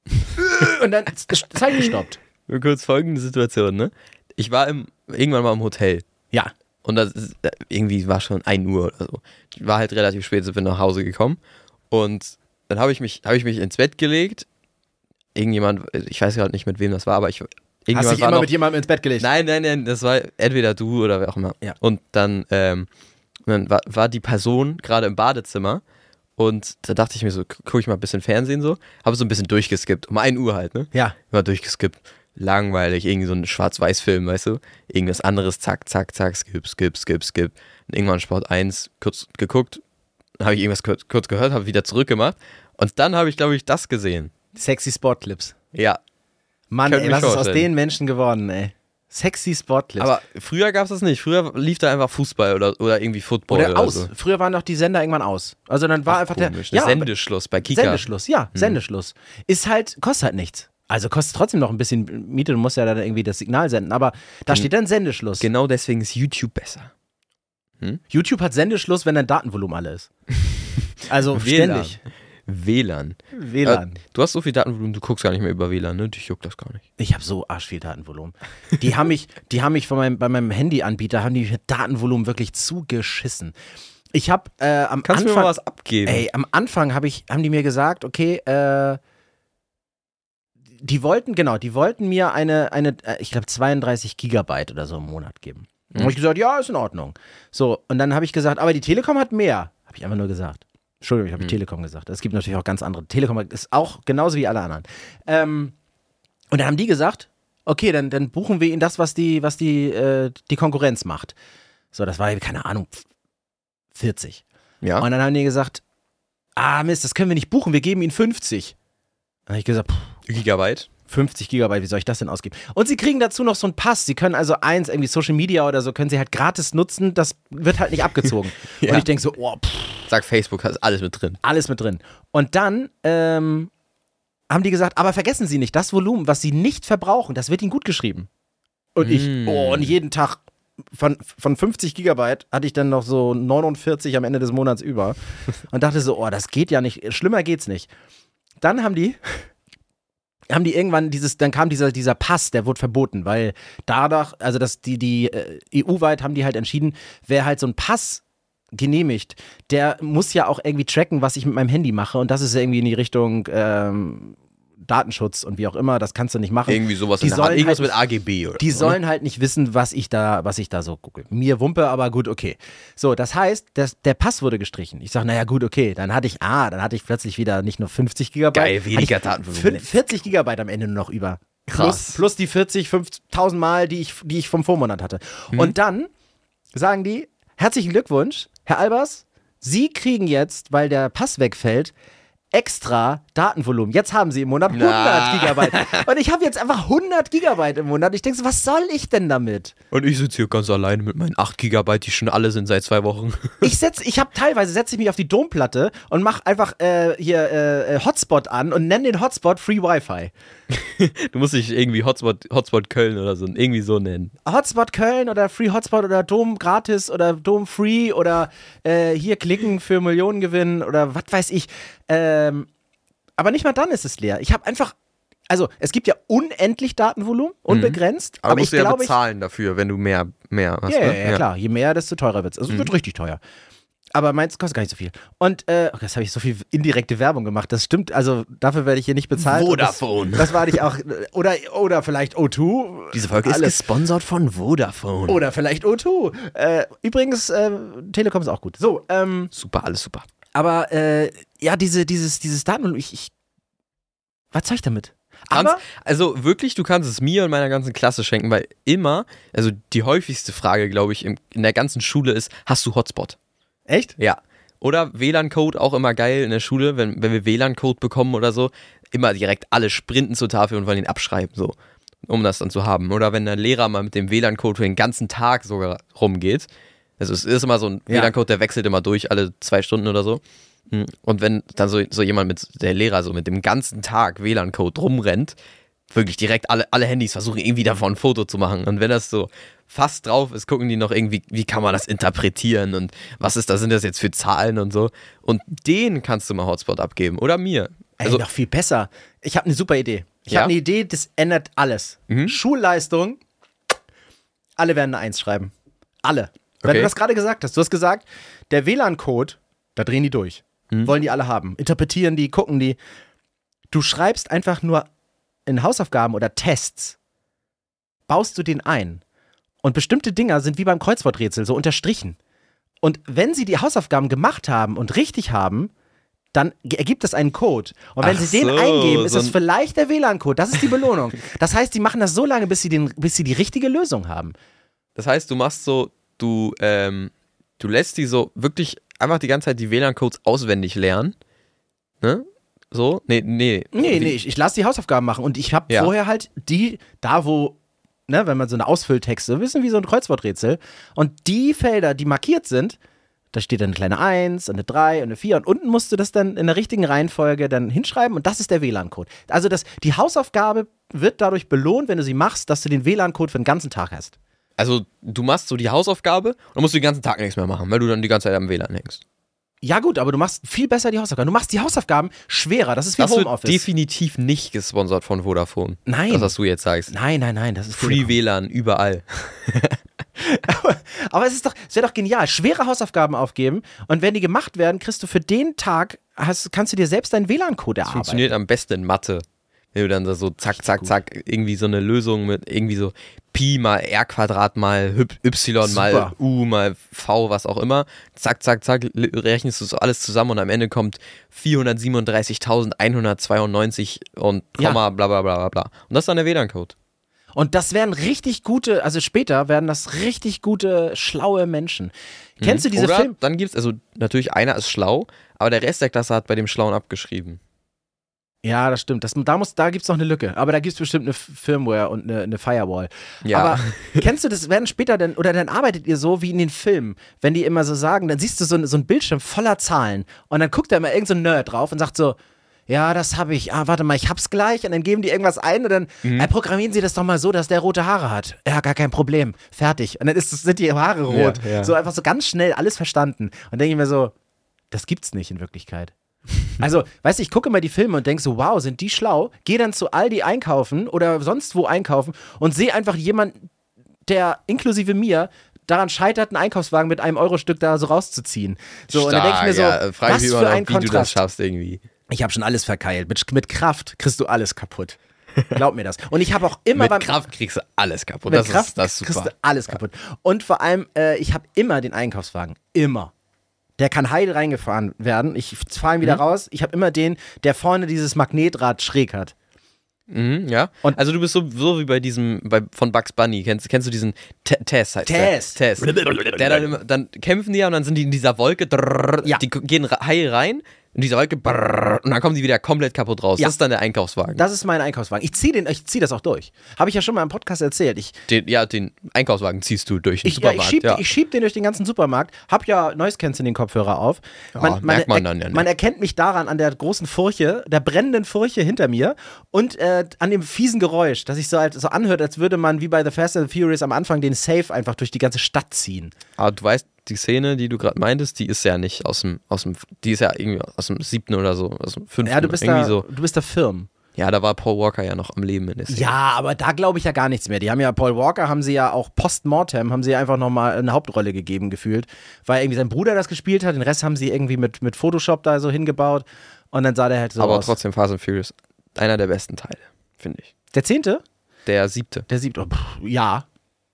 Und dann Zeit gestoppt. Nur kurz folgende Situation, ne? Ich war im, irgendwann mal im Hotel. Ja. Und das ist, irgendwie war schon ein Uhr oder so. Ich war halt relativ spät, sind wir nach Hause gekommen. Und dann habe ich mich, habe ich mich ins Bett gelegt. Irgendjemand, ich weiß gerade nicht, mit wem das war, aber ich. Hast dich war immer noch, mit jemandem ins Bett gelegt? Nein, nein, nein, das war entweder du oder wer auch immer. Ja. Und dann, ähm, dann war, war die Person gerade im Badezimmer und da dachte ich mir so, gucke ich mal ein bisschen Fernsehen so, habe so ein bisschen durchgeskippt, um ein Uhr halt, ne? Ja. Immer durchgeskippt. Langweilig, irgendwie so ein Schwarz-Weiß-Film, weißt du? Irgendwas anderes, zack, zack, zack, skip, skip, skip, skip. Und irgendwann Sport eins, kurz geguckt, dann habe ich irgendwas kurz, kurz gehört, habe wieder zurückgemacht und dann habe ich, glaube ich, das gesehen. Sexy Sportclips. Ja. Mann, Könnt ey, mich was ist aus vorstellen. den Menschen geworden, ey? Sexy Sportclips. Aber früher gab es das nicht. Früher lief da einfach Fußball oder, oder irgendwie Football oder oder, aus. so. Früher waren doch die Sender irgendwann aus. Also dann war Ach, einfach komisch, der ne? ja, Sendeschluss bei Kika. Sendeschluss, ja, Sendeschluss. Ist halt, kostet halt nichts. Also kostet trotzdem noch ein bisschen Miete, du musst ja dann irgendwie das Signal senden, aber da Gen- steht dann Sendeschluss. Genau deswegen ist YouTube besser. YouTube hat Sendeschluss, wenn dein Datenvolumen alle ist. Also W L A N. ständig. W L A N. W L A N. Äh, du hast so viel Datenvolumen, du guckst gar nicht mehr über W L A N, ne? Dich juckt das gar nicht. Ich habe so arsch viel Datenvolumen. Die haben mich, die haben mich von meinem, bei meinem Handyanbieter, haben die mir Datenvolumen wirklich zugeschissen. Ich habe äh, am Kannst du Anfang, mir mal was abgeben? ey, am Anfang hab ich, haben die mir gesagt, okay, äh, die wollten, genau, die wollten mir eine, eine äh, ich glaube zweiunddreißig Gigabyte oder so im Monat geben. Dann habe ich gesagt, ja, ist in Ordnung. So, und dann habe ich gesagt, aber die Telekom hat mehr. Habe ich einfach nur gesagt. Entschuldigung, ich habe Hm. Telekom gesagt. Es gibt natürlich auch ganz andere. Telekom ist auch genauso wie alle anderen. Ähm, und dann haben die gesagt, okay, dann, dann buchen wir ihnen das, was die, was die, äh, die Konkurrenz macht. So, das war, keine Ahnung, vierzig. Ja. Und dann haben die gesagt, ah Mist, das können wir nicht buchen, wir geben ihnen fünfzig. Dann habe ich gesagt, pff, Gigabyte. fünfzig Gigabyte, wie soll ich das denn ausgeben? Und sie kriegen dazu noch so einen Pass. Sie können also eins, irgendwie Social Media oder so, können sie halt gratis nutzen. Das wird halt nicht abgezogen. Ja. Und ich denke so, oh, pff, Sag Facebook, hast alles mit drin. alles mit drin. Und dann ähm, haben die gesagt, aber vergessen Sie nicht, das Volumen, was Sie nicht verbrauchen, das wird Ihnen gut geschrieben. Und ich, Mm. oh, und jeden Tag von, von fünfzig Gigabyte hatte ich dann noch so neunundvierzig am Ende des Monats über. Und dachte so, oh, das geht ja nicht, schlimmer geht's nicht. Dann haben die... haben die irgendwann dieses, dann kam dieser, dieser Pass, der wurde verboten, weil dadurch, also das, die, die äh, E U-weit haben die halt entschieden, wer halt so einen Pass genehmigt, der muss ja auch irgendwie tracken, was ich mit meinem Handy mache und das ist irgendwie in die Richtung ähm, Datenschutz und wie auch immer, das kannst du nicht machen. Irgendwie sowas die in der Hand, irgendwas halt, mit A G B oder Die so, sollen ne? halt nicht wissen, was ich da, was ich da so gucke. Mir Wumpe, aber gut, okay. So, das heißt, das, der Pass wurde gestrichen. Ich sage, naja, gut, okay. Dann hatte ich, ah, dann hatte ich plötzlich wieder nicht nur fünfzig Gigabyte. Geil, weniger Datenvolumen. vierzig Gigabyte am Ende nur noch über. Krass. Plus, plus die vierzig, fünftausend Mal, die ich, die ich vom Vormonat hatte. Mhm. Und dann sagen die, herzlichen Glückwunsch, Herr Albers, Sie kriegen jetzt, weil der Pass wegfällt, extra Datenvolumen. Jetzt haben sie im Monat hundert Na. Gigabyte. Und ich habe jetzt einfach hundert Gigabyte im Monat. Ich denke so, was soll ich denn damit? Und ich sitze hier ganz alleine mit meinen acht Gigabyte, die schon alle sind seit zwei Wochen. Ich setz, ich habe teilweise, setze ich mich auf die Domplatte und mache einfach äh, hier äh, Hotspot an und nenne den Hotspot Free Wi-Fi. Du musst dich irgendwie Hotspot, Hotspot Köln oder so, irgendwie so nennen. Hotspot Köln oder Free Hotspot oder Dom gratis oder Dom Free oder äh, hier klicken für Millionen gewinnen oder was weiß ich. Ähm, aber nicht mal dann ist es leer. Ich habe einfach, also es gibt ja unendlich Datenvolumen, unbegrenzt. Mhm. Aber, aber musst ich du ja glaube, bezahlen ich, dafür, wenn du mehr, mehr hast. Ja, ne? ja, ja, ja, klar. Je mehr, desto teurer wird es. Also es Mhm. wird richtig teuer. Aber meins kostet gar nicht so viel. Und, äh, okay, jetzt habe ich so viel indirekte Werbung gemacht. Das stimmt, also dafür werde ich hier nicht bezahlt. Vodafone. Das, das war ich auch. Oder, oder vielleicht O zwei. Diese Folge ist Alles. gesponsert von Vodafone. Oder vielleicht O zwei. Äh, übrigens, äh, Telekom ist auch gut. So, ähm, Super, alles super. aber, äh, ja, diese, dieses, dieses Datenvolumen, ich, ich, was soll ich damit? Kannst, Aber, also wirklich, du kannst es mir und meiner ganzen Klasse schenken, weil immer, also die häufigste Frage, glaube ich, im, in der ganzen Schule ist, hast du Hotspot? echt? Ja. Oder W L A N-Code, auch immer geil in der Schule, wenn, wenn wir W L A N-Code bekommen oder so, immer direkt alle sprinten zur Tafel und wollen ihn abschreiben, so, um das dann zu haben. Oder wenn der Lehrer mal mit dem W L A N-Code für den ganzen Tag sogar rumgeht, also es ist immer so ein Ja. W L A N-Code, der wechselt immer durch, alle zwei Stunden oder so. Und wenn dann so, so jemand mit, der Lehrer so mit dem ganzen Tag W L A N-Code rumrennt, wirklich direkt alle, alle Handys versuchen irgendwie davon ein Foto zu machen. Und wenn das so fast drauf ist, gucken die noch irgendwie, wie kann man das interpretieren und was ist das, sind das jetzt für Zahlen und so. Und den kannst du mal Hotspot abgeben. Oder mir. Ey, Also, noch viel besser. Ich habe eine super Idee. Ich Ja? habe eine Idee, das ändert alles. Mhm. Schulleistung, alle werden eine Eins schreiben. Alle. Wenn Okay. du das gerade gesagt hast, du hast gesagt, der W L A N-Code, da drehen die durch. Mhm. Wollen die alle haben. Interpretieren die, gucken die. Du schreibst einfach nur in Hausaufgaben oder Tests, baust du den ein. Und bestimmte Dinger sind wie beim Kreuzworträtsel, so unterstrichen. Und wenn sie die Hausaufgaben gemacht haben und richtig haben, dann ge- ergibt das einen Code. Und wenn Ach sie den so, eingeben, ist so es ein- vielleicht der W L A N-Code. Das ist die Belohnung. Das heißt, die machen das so lange, bis sie, den, bis sie die richtige Lösung haben. das heißt, du machst so, du, ähm, du lässt die so wirklich einfach die ganze Zeit die W L A N-Codes auswendig lernen. Ne? So? Nee, nee. Nee, Wie- nee, ich, ich lasse die Hausaufgaben machen. Und ich habe Ja. vorher halt die, da wo, ne, wenn man so eine Ausfülltexte, wissen wie so ein Kreuzworträtsel. Und die Felder, die markiert sind, da steht dann eine kleine eins, eine drei und eine vier. Und unten musst du das dann in der richtigen Reihenfolge dann hinschreiben. Und das ist der W L A N-Code. Also das, die Hausaufgabe wird dadurch belohnt, wenn du sie machst, dass du den W L A N-Code für den ganzen Tag hast. Also, du machst so die Hausaufgabe und dann musst du den ganzen Tag nichts mehr machen, weil du dann die ganze Zeit am W L A N hängst. Ja gut, aber du machst viel besser die Hausaufgaben. Du machst die Hausaufgaben schwerer. Das ist wie Das wird Homeoffice. definitiv nicht gesponsert von Vodafone. Nein. Das, was du jetzt sagst. Nein, nein, nein, das ist Free W L A N überall. aber, aber es ist doch, es wäre doch genial. Schwere Hausaufgaben aufgeben und wenn die gemacht werden, kriegst du für den Tag, hast, kannst du dir selbst deinen W L A N-Code Das erarbeiten. funktioniert am besten in Mathe. Wenn du dann so zack, zack, zack, irgendwie so eine Lösung mit irgendwie so Pi mal R Quadrat mal Y mal Super. U mal V, was auch immer. Zack, zack, zack, l- rechnest du so alles zusammen und am Ende kommt vierhundertsiebenunddreißigtausendeinhundertzweiundneunzig und Komma, Ja. bla bla bla bla bla. Und das ist dann der W L A N-Code. Und das wären richtig gute, also später werden das richtig gute, schlaue Menschen. Kennst du diese Oder Filme? dann gibt's, also natürlich einer ist schlau, aber der Rest der Klasse hat bei dem Schlauen abgeschrieben. Ja, das stimmt. Das, da muss, da gibt es noch eine Lücke. Aber da gibt es bestimmt eine Firmware und eine, eine Firewall. Ja. Aber kennst du das, werden später dann, oder dann arbeitet ihr so wie in den Filmen, wenn die immer so sagen, dann siehst du so, so einen Bildschirm voller Zahlen und dann guckt da immer irgend so ein Nerd drauf und sagt so, ja, das habe ich, ah, warte mal, ich hab's gleich und dann geben die irgendwas ein und dann Mhm. äh, programmieren sie das doch mal so, dass der rote Haare hat. Ja, gar kein Problem. Fertig. Und dann ist, sind die Haare rot. Ja, ja. So einfach so ganz schnell alles verstanden. Und denke ich mir so, das gibt's nicht in Wirklichkeit. Also, weißt du, ich gucke mal die Filme und denke so, wow, sind die schlau? Geh dann zu Aldi einkaufen oder sonst wo einkaufen und sehe einfach jemanden, der inklusive mir daran scheitert, einen Einkaufswagen mit einem Euro-Stück da so rauszuziehen. So, Stark, und dann denke ich mir so, ja, frag was mich für immer noch, ein wie du das Kontrast. schaffst irgendwie. Ich habe schon alles verkeilt. Mit, mit Kraft kriegst du alles kaputt. Glaub mir das. Und ich habe auch immer Mit beim Kraft kriegst du alles kaputt. mit Das Kraft ist, das ist kriegst super. du alles kaputt. Und vor allem, äh, ich habe immer den Einkaufswagen. Immer. Der kann heil reingefahren werden. Ich fahre ihn wieder Mhm. raus. Ich habe immer den, der vorne dieses Magnetrad schräg hat. Mhm, ja. Und- also du bist so, so wie bei diesem, bei, von Bugs Bunny. Kennst, kennst du diesen T- Tess heißt Tess. der? Tess. Der dann, immer, dann kämpfen die ja und dann sind die in dieser Wolke. Drrr, Ja. Die gehen ra- heil rein. In dieser Wolke. Brrr, und dann kommen die wieder komplett kaputt raus. Ja. Das ist dann der Einkaufswagen. Das ist mein Einkaufswagen. Ich ziehe den, ich zieh das auch durch. Habe ich ja schon mal im Podcast erzählt. Ich, Den, ja, den Einkaufswagen ziehst du durch den ich, ja, Supermarkt. ich schieb, ja. ich schieb den durch den ganzen Supermarkt. Hab ja Noise Cancelling Kopfhörer auf. Ja, merkt man dann ja nicht. Man erkennt mich daran an der großen Furche, der brennenden Furche hinter mir und äh, an dem fiesen Geräusch, dass sich so, halt, so anhört, als würde man wie bei The Fast and the Furious am Anfang den Safe einfach durch die ganze Stadt ziehen. Aber du weißt, die Szene, die du gerade meintest, die ist ja nicht aus dem, aus dem, die ist ja irgendwie aus dem siebten oder so, aus dem fünften. Ja, du bist irgendwie da, so. du bist da firm. Ja, da war Paul Walker ja noch am Leben in der Szene. Ja, aber da glaube ich ja gar nichts mehr. Die haben ja, Paul Walker haben sie ja auch post-mortem, haben sie ja einfach nochmal eine Hauptrolle gegeben gefühlt, weil irgendwie sein Bruder das gespielt hat, den Rest haben sie irgendwie mit, mit Photoshop da so hingebaut und dann sah der halt so Aber aus. trotzdem Fast and Furious, einer der besten Teile, finde ich. Der zehnte? Der siebte. Der siebte, oh, pff, ja.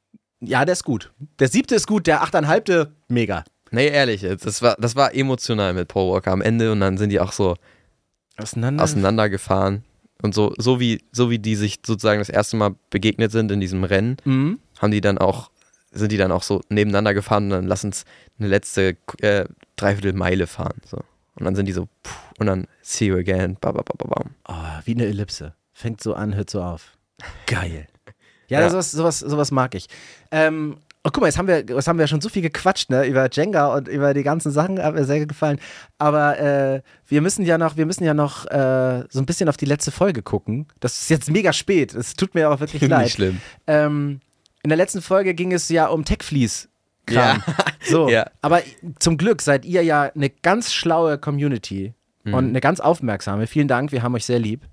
Ja, der ist gut. Der siebte ist gut, der achteinhalbte, mega. Nee, ehrlich, jetzt, das war, das war emotional mit Paul Walker am Ende und dann sind die auch so Auseinander. auseinandergefahren. Und so, so, wie, so wie die sich sozusagen das erste Mal begegnet sind in diesem Rennen, Mhm. haben die dann auch, sind die dann auch so nebeneinander gefahren und dann lass uns eine letzte äh, Dreiviertel Meile fahren. So. Und dann sind die so, puh, und dann see you again, ba, ba, ba, ba, bam. Oh, wie eine Ellipse. Fängt so an, hört so auf. Geil. Ja, Ja. Sowas, sowas, sowas mag ich. Ähm, oh, guck mal, jetzt haben wir, jetzt haben wir schon so viel gequatscht, ne, über Jenga und über die ganzen Sachen, hat mir sehr gefallen. Aber äh, wir müssen ja noch, wir müssen ja noch äh, so ein bisschen auf die letzte Folge gucken. Das ist jetzt mega spät. Es tut mir auch wirklich leid. Nicht schlimm. Ähm, in der letzten Folge ging es ja um Tech-Fleece-Kram. Ja. So, Ja. aber zum Glück seid ihr ja eine ganz schlaue Community Mhm. und eine ganz aufmerksame. Vielen Dank, wir haben euch sehr lieb.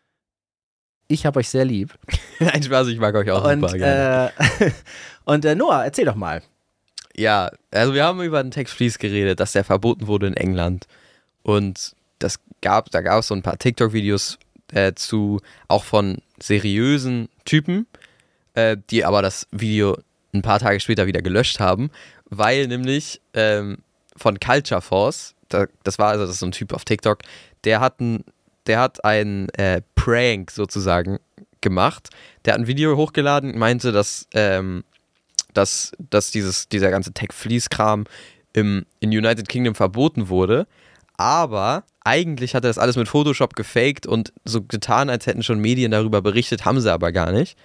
Ich habe euch sehr lieb. Nein, Spaß, ich mag euch auch Und, super gerne. äh, und äh, Noah, erzähl doch mal. Ja, also wir haben über den Text Fleece geredet, dass der verboten wurde in England. Und das gab, da gab es so ein paar TikTok-Videos äh, zu, auch von seriösen Typen, äh, die aber das Video ein paar Tage später wieder gelöscht haben, weil nämlich ähm, von Culture Force, da, das war also das ist so ein Typ auf TikTok, der hat ein, der hat ein äh, Prank sozusagen gemacht. Der hat ein Video hochgeladen, meinte, dass, ähm, dass, dass dieses, dieser ganze Tech-Fleece-Kram im, in United Kingdom verboten wurde. Aber eigentlich hat er das alles mit Photoshop gefaked und so getan, als hätten schon Medien darüber berichtet, haben sie aber gar nicht.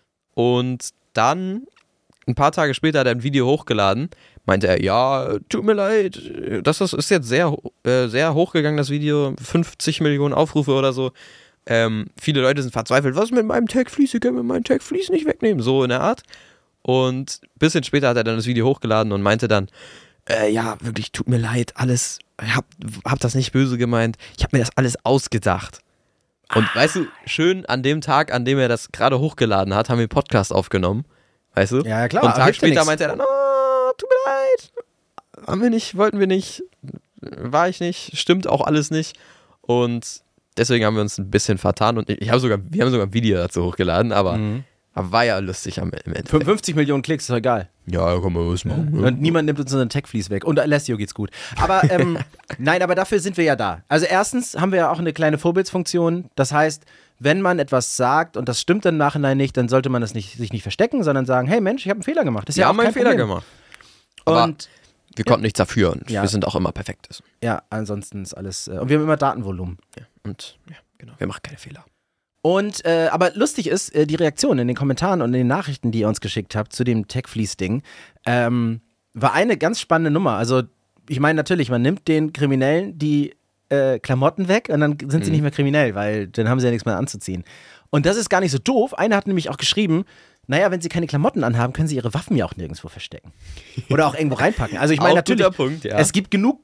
Und dann, ein paar Tage später, hat er ein Video hochgeladen, meinte er, ja, tut mir leid, das ist, ist jetzt sehr, äh, sehr hochgegangen, das Video, fünfzig Millionen Aufrufe oder so. Ähm, viele Leute sind verzweifelt, was ist mit meinem Tech-Fleece, ihr könnt mir meinen Tech-Fleece nicht wegnehmen, so in der Art. Und ein bisschen später hat er dann das Video hochgeladen und meinte dann, äh, ja, wirklich, tut mir leid, alles, ich hab, hab das nicht böse gemeint, ich hab mir das alles ausgedacht. Und weißt du, schön an dem Tag, an dem er das gerade hochgeladen hat, haben wir einen Podcast aufgenommen, weißt du? Ja, klar. Und einen Tag hilft ja später nix. meinte er dann, oh, tut mir leid, haben wir nicht, wollten wir nicht, war ich nicht, stimmt auch alles nicht. Und deswegen haben wir uns ein bisschen vertan und ich habe sogar, wir haben sogar ein Video dazu hochgeladen, aber, Mhm. aber war ja lustig am im Endeffekt. fünfzig Millionen Klicks, ist doch egal. Ja, komm mal, was machen. Und niemand nimmt uns unseren Tech-Fleece weg. Und Alessio geht's gut. Aber ähm, nein, aber dafür sind wir ja da. Also erstens haben wir ja auch eine kleine Vorbildsfunktion. Das heißt, wenn man etwas sagt und das stimmt dann im Nachhinein nicht, dann sollte man das nicht, sich nicht verstecken, sondern sagen, hey Mensch, ich habe einen Fehler gemacht. Das ist Wir ja haben auch einen kein Fehler Problem. gemacht. Aber Und wir konnten nichts dafür und Ja. wir sind auch immer perfekt. ja, ansonsten ist alles. Äh, und wir haben immer Datenvolumen. Ja. Und ja, genau, wir machen keine Fehler. Und, äh, aber lustig ist, äh, die Reaktion in den Kommentaren und in den Nachrichten, die ihr uns geschickt habt zu dem Tech-Fleece-Ding, ähm, war eine ganz spannende Nummer. Also, ich meine, natürlich, man nimmt den Kriminellen die äh, Klamotten weg und dann sind sie Mhm. nicht mehr kriminell, weil dann haben sie ja nichts mehr anzuziehen. Und das ist gar nicht so doof. Einer hat nämlich auch geschrieben, naja, wenn sie keine Klamotten anhaben, können sie ihre Waffen ja auch nirgendwo verstecken. Oder auch irgendwo reinpacken. Also, ich meine, Auch natürlich, guter Punkt, ja. es gibt genug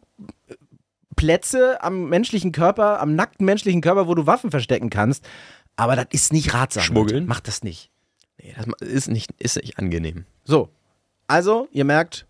Plätze am menschlichen Körper, am nackten menschlichen Körper, wo du Waffen verstecken kannst. Aber das ist nicht ratsam. Schmuggeln? Leute. Macht das nicht. Nee, das ist nicht, ist nicht angenehm. So. Also, ihr merkt,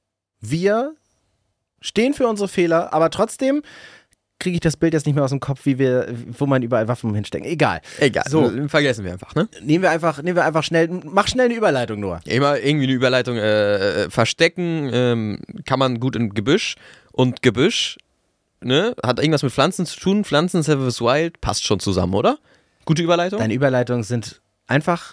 wir stehen für unsere Fehler, aber trotzdem kriege ich das Bild jetzt nicht mehr aus dem Kopf, wie wir, wo man überall Waffen hinstecken. Egal. Egal, So. vergessen wir einfach, ne? Nehmen wir einfach, nehmen wir einfach schnell, mach schnell eine Überleitung nur. Immer irgendwie eine Überleitung äh, verstecken ähm, kann man gut im Gebüsch. Und Gebüsch, ne, hat irgendwas mit Pflanzen zu tun. Pflanzen, Seven vs. Wild, passt schon zusammen, oder? Gute Überleitung? Deine Überleitungen sind einfach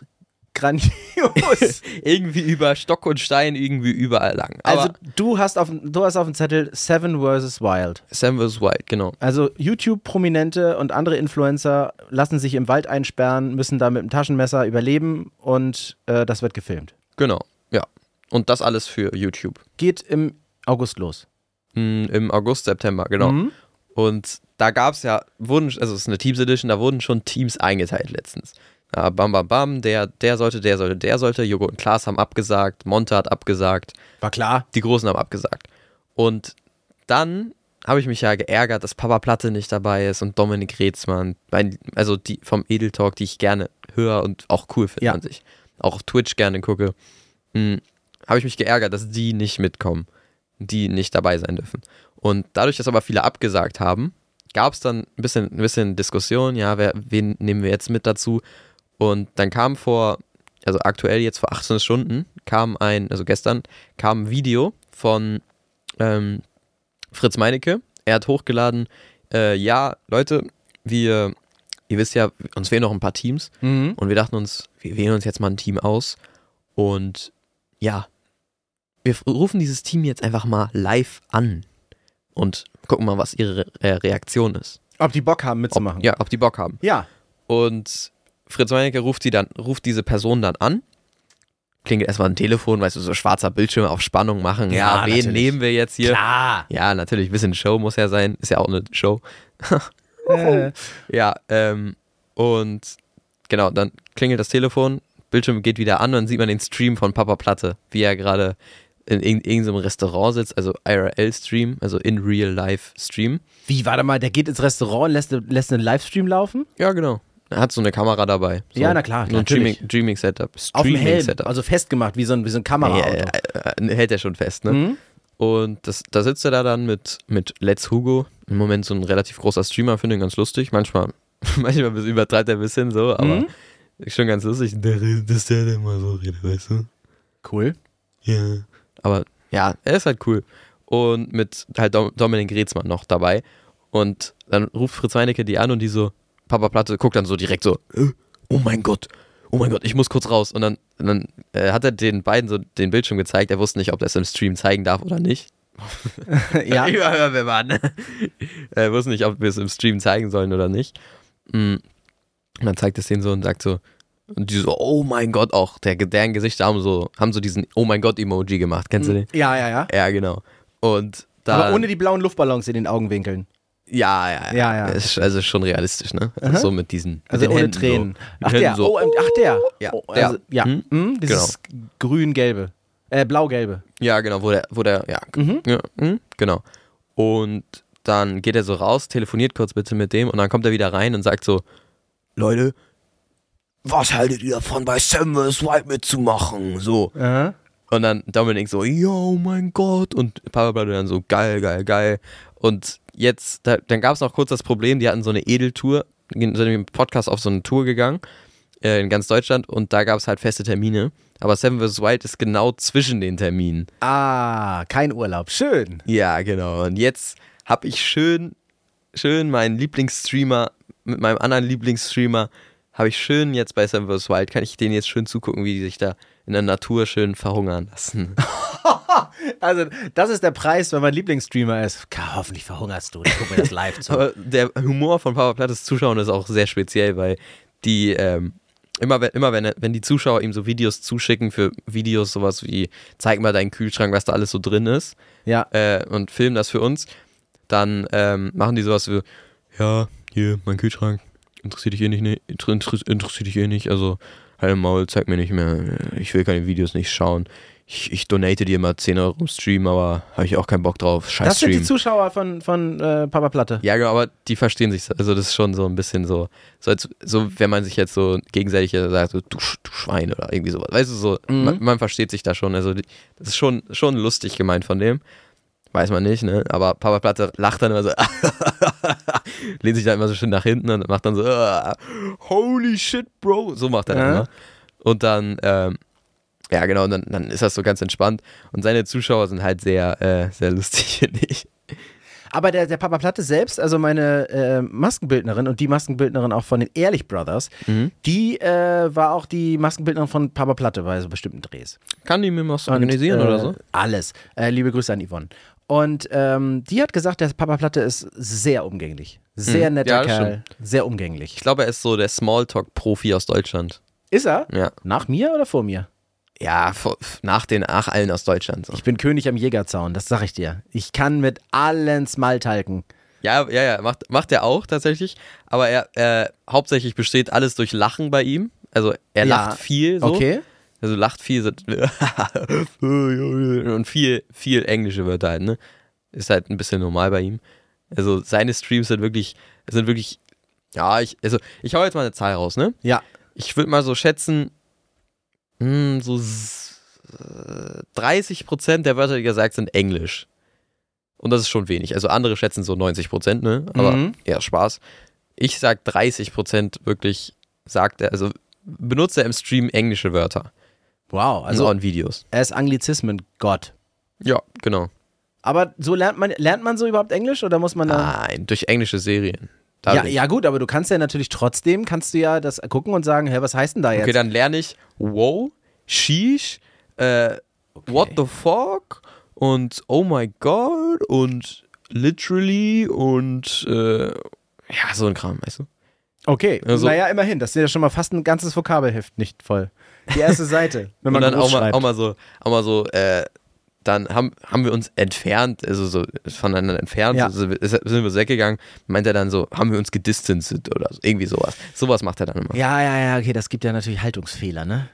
grandios. Irgendwie über Stock und Stein, irgendwie überall lang. Aber Also du hast auf, du hast auf dem Zettel Seven versus. Wild. Seven versus. Wild, genau. Also YouTube-Prominente und andere Influencer lassen sich im Wald einsperren, müssen da mit dem Taschenmesser überleben und äh, das wird gefilmt. Genau, ja. Und das alles für YouTube. Geht im August los. Mm, Im August, September, genau. Mhm. Und da gab es ja, wurden, also es ist eine Teams Edition, da wurden schon Teams eingeteilt letztens. Ja, bam, bam, bam, der, der sollte, der sollte, der sollte. Joko und Klaas haben abgesagt, Monte hat abgesagt. War klar. Die Großen haben abgesagt. Und dann habe ich mich ja geärgert, dass Papa Platte nicht dabei ist und Dominik Reetzmann, mein, also die vom Edel Talk, die ich gerne höre und auch cool finde Ja. an sich. Auch auf Twitch gerne gucke. Hm, habe ich mich geärgert, dass die nicht mitkommen, die nicht dabei sein dürfen. Und dadurch, dass aber viele abgesagt haben, gab es dann ein bisschen, ein bisschen Diskussion, ja, wer, wen nehmen wir jetzt mit dazu? Und dann kam vor, also aktuell jetzt vor achtzehn Stunden, kam ein, also gestern, kam ein Video von ähm, Fritz Meinecke. Er hat hochgeladen, äh, ja, Leute, wir, ihr wisst ja, uns fehlen noch ein paar Teams. Mhm. Und wir dachten uns, wir wählen uns jetzt mal ein Team aus. Und ja, wir rufen dieses Team jetzt einfach mal live an und gucken mal, was ihre äh, Reaktion ist. Ob die Bock haben mitzumachen. Ob, ja, ob die Bock haben. Ja. Und Fritz Meinecke ruft, die dann, ruft diese Person dann an. Klingelt erstmal ein Telefon, weißt du, so schwarzer Bildschirm auf Spannung machen. Ja, Ja, wen natürlich. nehmen wir jetzt hier? Klar. Ja, natürlich, ein bisschen Show muss ja sein. Ist ja auch eine Show. Äh, Ja, ähm, und genau, dann klingelt das Telefon, Bildschirm geht wieder an und dann sieht man den Stream von Papa Platte, wie er gerade in irg- irgendeinem Restaurant sitzt, also I R L-Stream, also in Real Life Stream. wie, warte mal, der geht ins Restaurant und lässt, lässt einen Livestream laufen? Ja, genau. Er hat so eine Kamera dabei. So, Ja, na klar, so ein natürlich. Streaming, Streaming Setup. Auf dem Streaming Helm, Setup. also festgemacht, wie so ein, wie so ein Kameraauto. Ja, ja, ja, hält er schon fest, ne? Mhm. Und das, da sitzt er da dann mit, mit Let's Hugo. Im Moment so ein relativ großer Streamer, finde ich ganz lustig. Manchmal, manchmal übertreibt er ein bisschen so, aber Mhm. ist schon ganz lustig. Der redet, dass der der immer so redet, weißt du? Cool. Ja. Aber ja, er ist halt cool. Und mit halt Dom- Dominik Reetzmann noch dabei. Und dann ruft Fritz Meinecke die an und die so, Papa Platte guckt dann so direkt so, "Äh, oh mein Gott, oh mein Gott, ich muss kurz raus. Und dann, dann äh, hat er den beiden so den Bildschirm gezeigt. Er wusste nicht, ob er es im Stream zeigen darf oder nicht. Ja. Überhör wir mal an. Er wusste nicht, ob wir es im Stream zeigen sollen oder nicht. Mm. Und dann zeigt es denen so und sagt so, und die so, oh mein Gott, auch der, deren Gesichter haben so, haben so diesen Oh mein Gott-Emoji gemacht. Kennst du den? Ja, ja, ja. Ja, genau. Und da, Aber ohne die blauen Luftballons in den Augenwinkeln. ja, ja, Ja, ja. Ist, also schon realistisch, ne? Aha. So mit diesen, mit Also den ohne Händen Tränen. So. Ach Händen der, so. oh, ähm, ach der. Ja, Oh, der. also, ja. Hm? Mhm, dieses grün-gelbe. Äh, blau-gelbe. Ja, genau, wo der, wo der, ja, Mhm. ja mhm, genau. Und dann geht er so raus, telefoniert kurz bitte mit dem und dann kommt er wieder rein und sagt so, Leute, was haltet ihr davon, bei Seven versus. Wild mitzumachen? So. Aha. Und dann Dominik so, ja, oh mein Gott. Und Papa Platte dann so, geil, geil, geil. Und jetzt, da, dann gab es noch kurz das Problem, die hatten so eine Edeltour, sind im Podcast auf so eine Tour gegangen, äh, in ganz Deutschland und da gab es halt feste Termine. Aber Seven versus. Wild ist genau zwischen den Terminen. Ah, kein Urlaub. Schön. Ja, genau. Und jetzt habe ich schön, schön meinen Lieblingsstreamer, mit meinem anderen Lieblingsstreamer, habe ich schön jetzt bei Seven versus. Wild, kann ich denen jetzt schön zugucken, wie die sich da in der Natur schön verhungern lassen. Also, das ist der Preis, wenn man Lieblingsstreamer ist. Ka, hoffentlich verhungerst du. Ich guck mir das live zu. Aber der Humor von Papa Plattes Zuschauern ist auch sehr speziell, weil die, ähm, immer wenn, immer wenn, er- wenn die Zuschauer ihm so Videos zuschicken für Videos, sowas wie, zeig mal deinen Kühlschrank, was da alles so drin ist, Ja. äh, und filmen das für uns, dann ähm, machen die sowas wie, ja, hier, mein Kühlschrank, interessiert dich eh nicht, ne, inter- inter- interessiert dich eh nicht, also Halt Maul, zeig mir nicht mehr, ich will keine Videos nicht schauen. Ich, ich donate dir mal zehn Euro im Stream, aber habe ich auch keinen Bock drauf. Scheiß Das sind Stream. die Zuschauer von, von äh, Papa Platte. Ja, genau, aber die verstehen sich. Also das ist schon so ein bisschen so, so, als, so wenn man sich jetzt so gegenseitig sagt, so, du, du Schwein oder irgendwie sowas. Weißt du, so, Mhm. man, man versteht sich da schon. Also die, das ist schon, schon lustig gemeint von dem. Weiß man nicht, ne? Aber Papa Platte lacht dann immer so, lehnt sich da immer so schön nach hinten und macht dann so, holy shit, Bro. So macht er dann Ja. immer. Und dann, ähm, ja, genau, und dann, dann ist das so ganz entspannt. Und seine Zuschauer sind halt sehr, äh, sehr lustig, finde ich. Aber der, der Papa Platte selbst, also meine äh, Maskenbildnerin und die Maskenbildnerin auch von den Ehrlich Brothers, Mhm. die äh, war auch die Maskenbildnerin von Papa Platte bei so bestimmten Drehs. Kann die mir was Und, organisieren äh, oder so? Alles. Äh, liebe Grüße an Yvonne. Und ähm, die hat gesagt, der Papa Platte ist sehr umgänglich. Sehr Mhm. netter Ja, das Kerl. Sehr umgänglich. Ich glaube, er ist so der Smalltalk-Profi aus Deutschland. Ist er? Ja. Nach mir oder vor mir? Ja, vor, nach den nach allen aus Deutschland. So. Ich bin König am Jägerzaun, das sag ich dir. Ich kann mit allen Smalltalken. Ja, ja, ja, macht, macht er auch tatsächlich. Aber er äh, hauptsächlich besteht alles durch Lachen bei ihm. Also er Ja, lacht viel so. Okay. Also lacht viel so und viel, viel englische Wörter halt, ne? Ist halt ein bisschen normal bei ihm. Also seine Streams sind wirklich, sind wirklich, ja, ich, also ich hau jetzt mal eine Zahl raus, ne? Ja. Ich würde mal so schätzen, mh, so s- äh, dreißig Prozent der Wörter, die er sagt, sind Englisch. Und das ist schon wenig. Also andere schätzen so neunzig Prozent, ne? Aber Mhm. eher Spaß. Ich sag dreißig Prozent wirklich sagt er, also benutzt er im Stream englische Wörter. Wow, Also also in Videos. er ist Anglizismen-Gott. Ja, genau. Aber so lernt man, lernt man so überhaupt Englisch oder muss man da... Nein, durch englische Serien. Ja, Dadurch. ja gut, aber du kannst ja natürlich trotzdem, kannst du ja das gucken und sagen, hä, was heißt denn da jetzt? Okay, dann lerne ich wow, sheesh, äh, what the fuck und oh my god und literally und äh, ja, so ein Kram, weißt du? Okay, Also- naja, immerhin, das ist ja schon mal fast ein ganzes Vokabelheft nicht voll. Die erste Seite, wenn man und dann groß auch mal, schreibt. auch mal so, auch mal so, äh, dann haben, haben wir uns entfernt, also so voneinander entfernt, Ja. also sind wir weggegangen, meint er dann so, haben wir uns gedistanced oder so, irgendwie sowas. Sowas macht er dann immer. Ja, ja, ja, okay, das gibt ja natürlich Haltungsfehler, ne?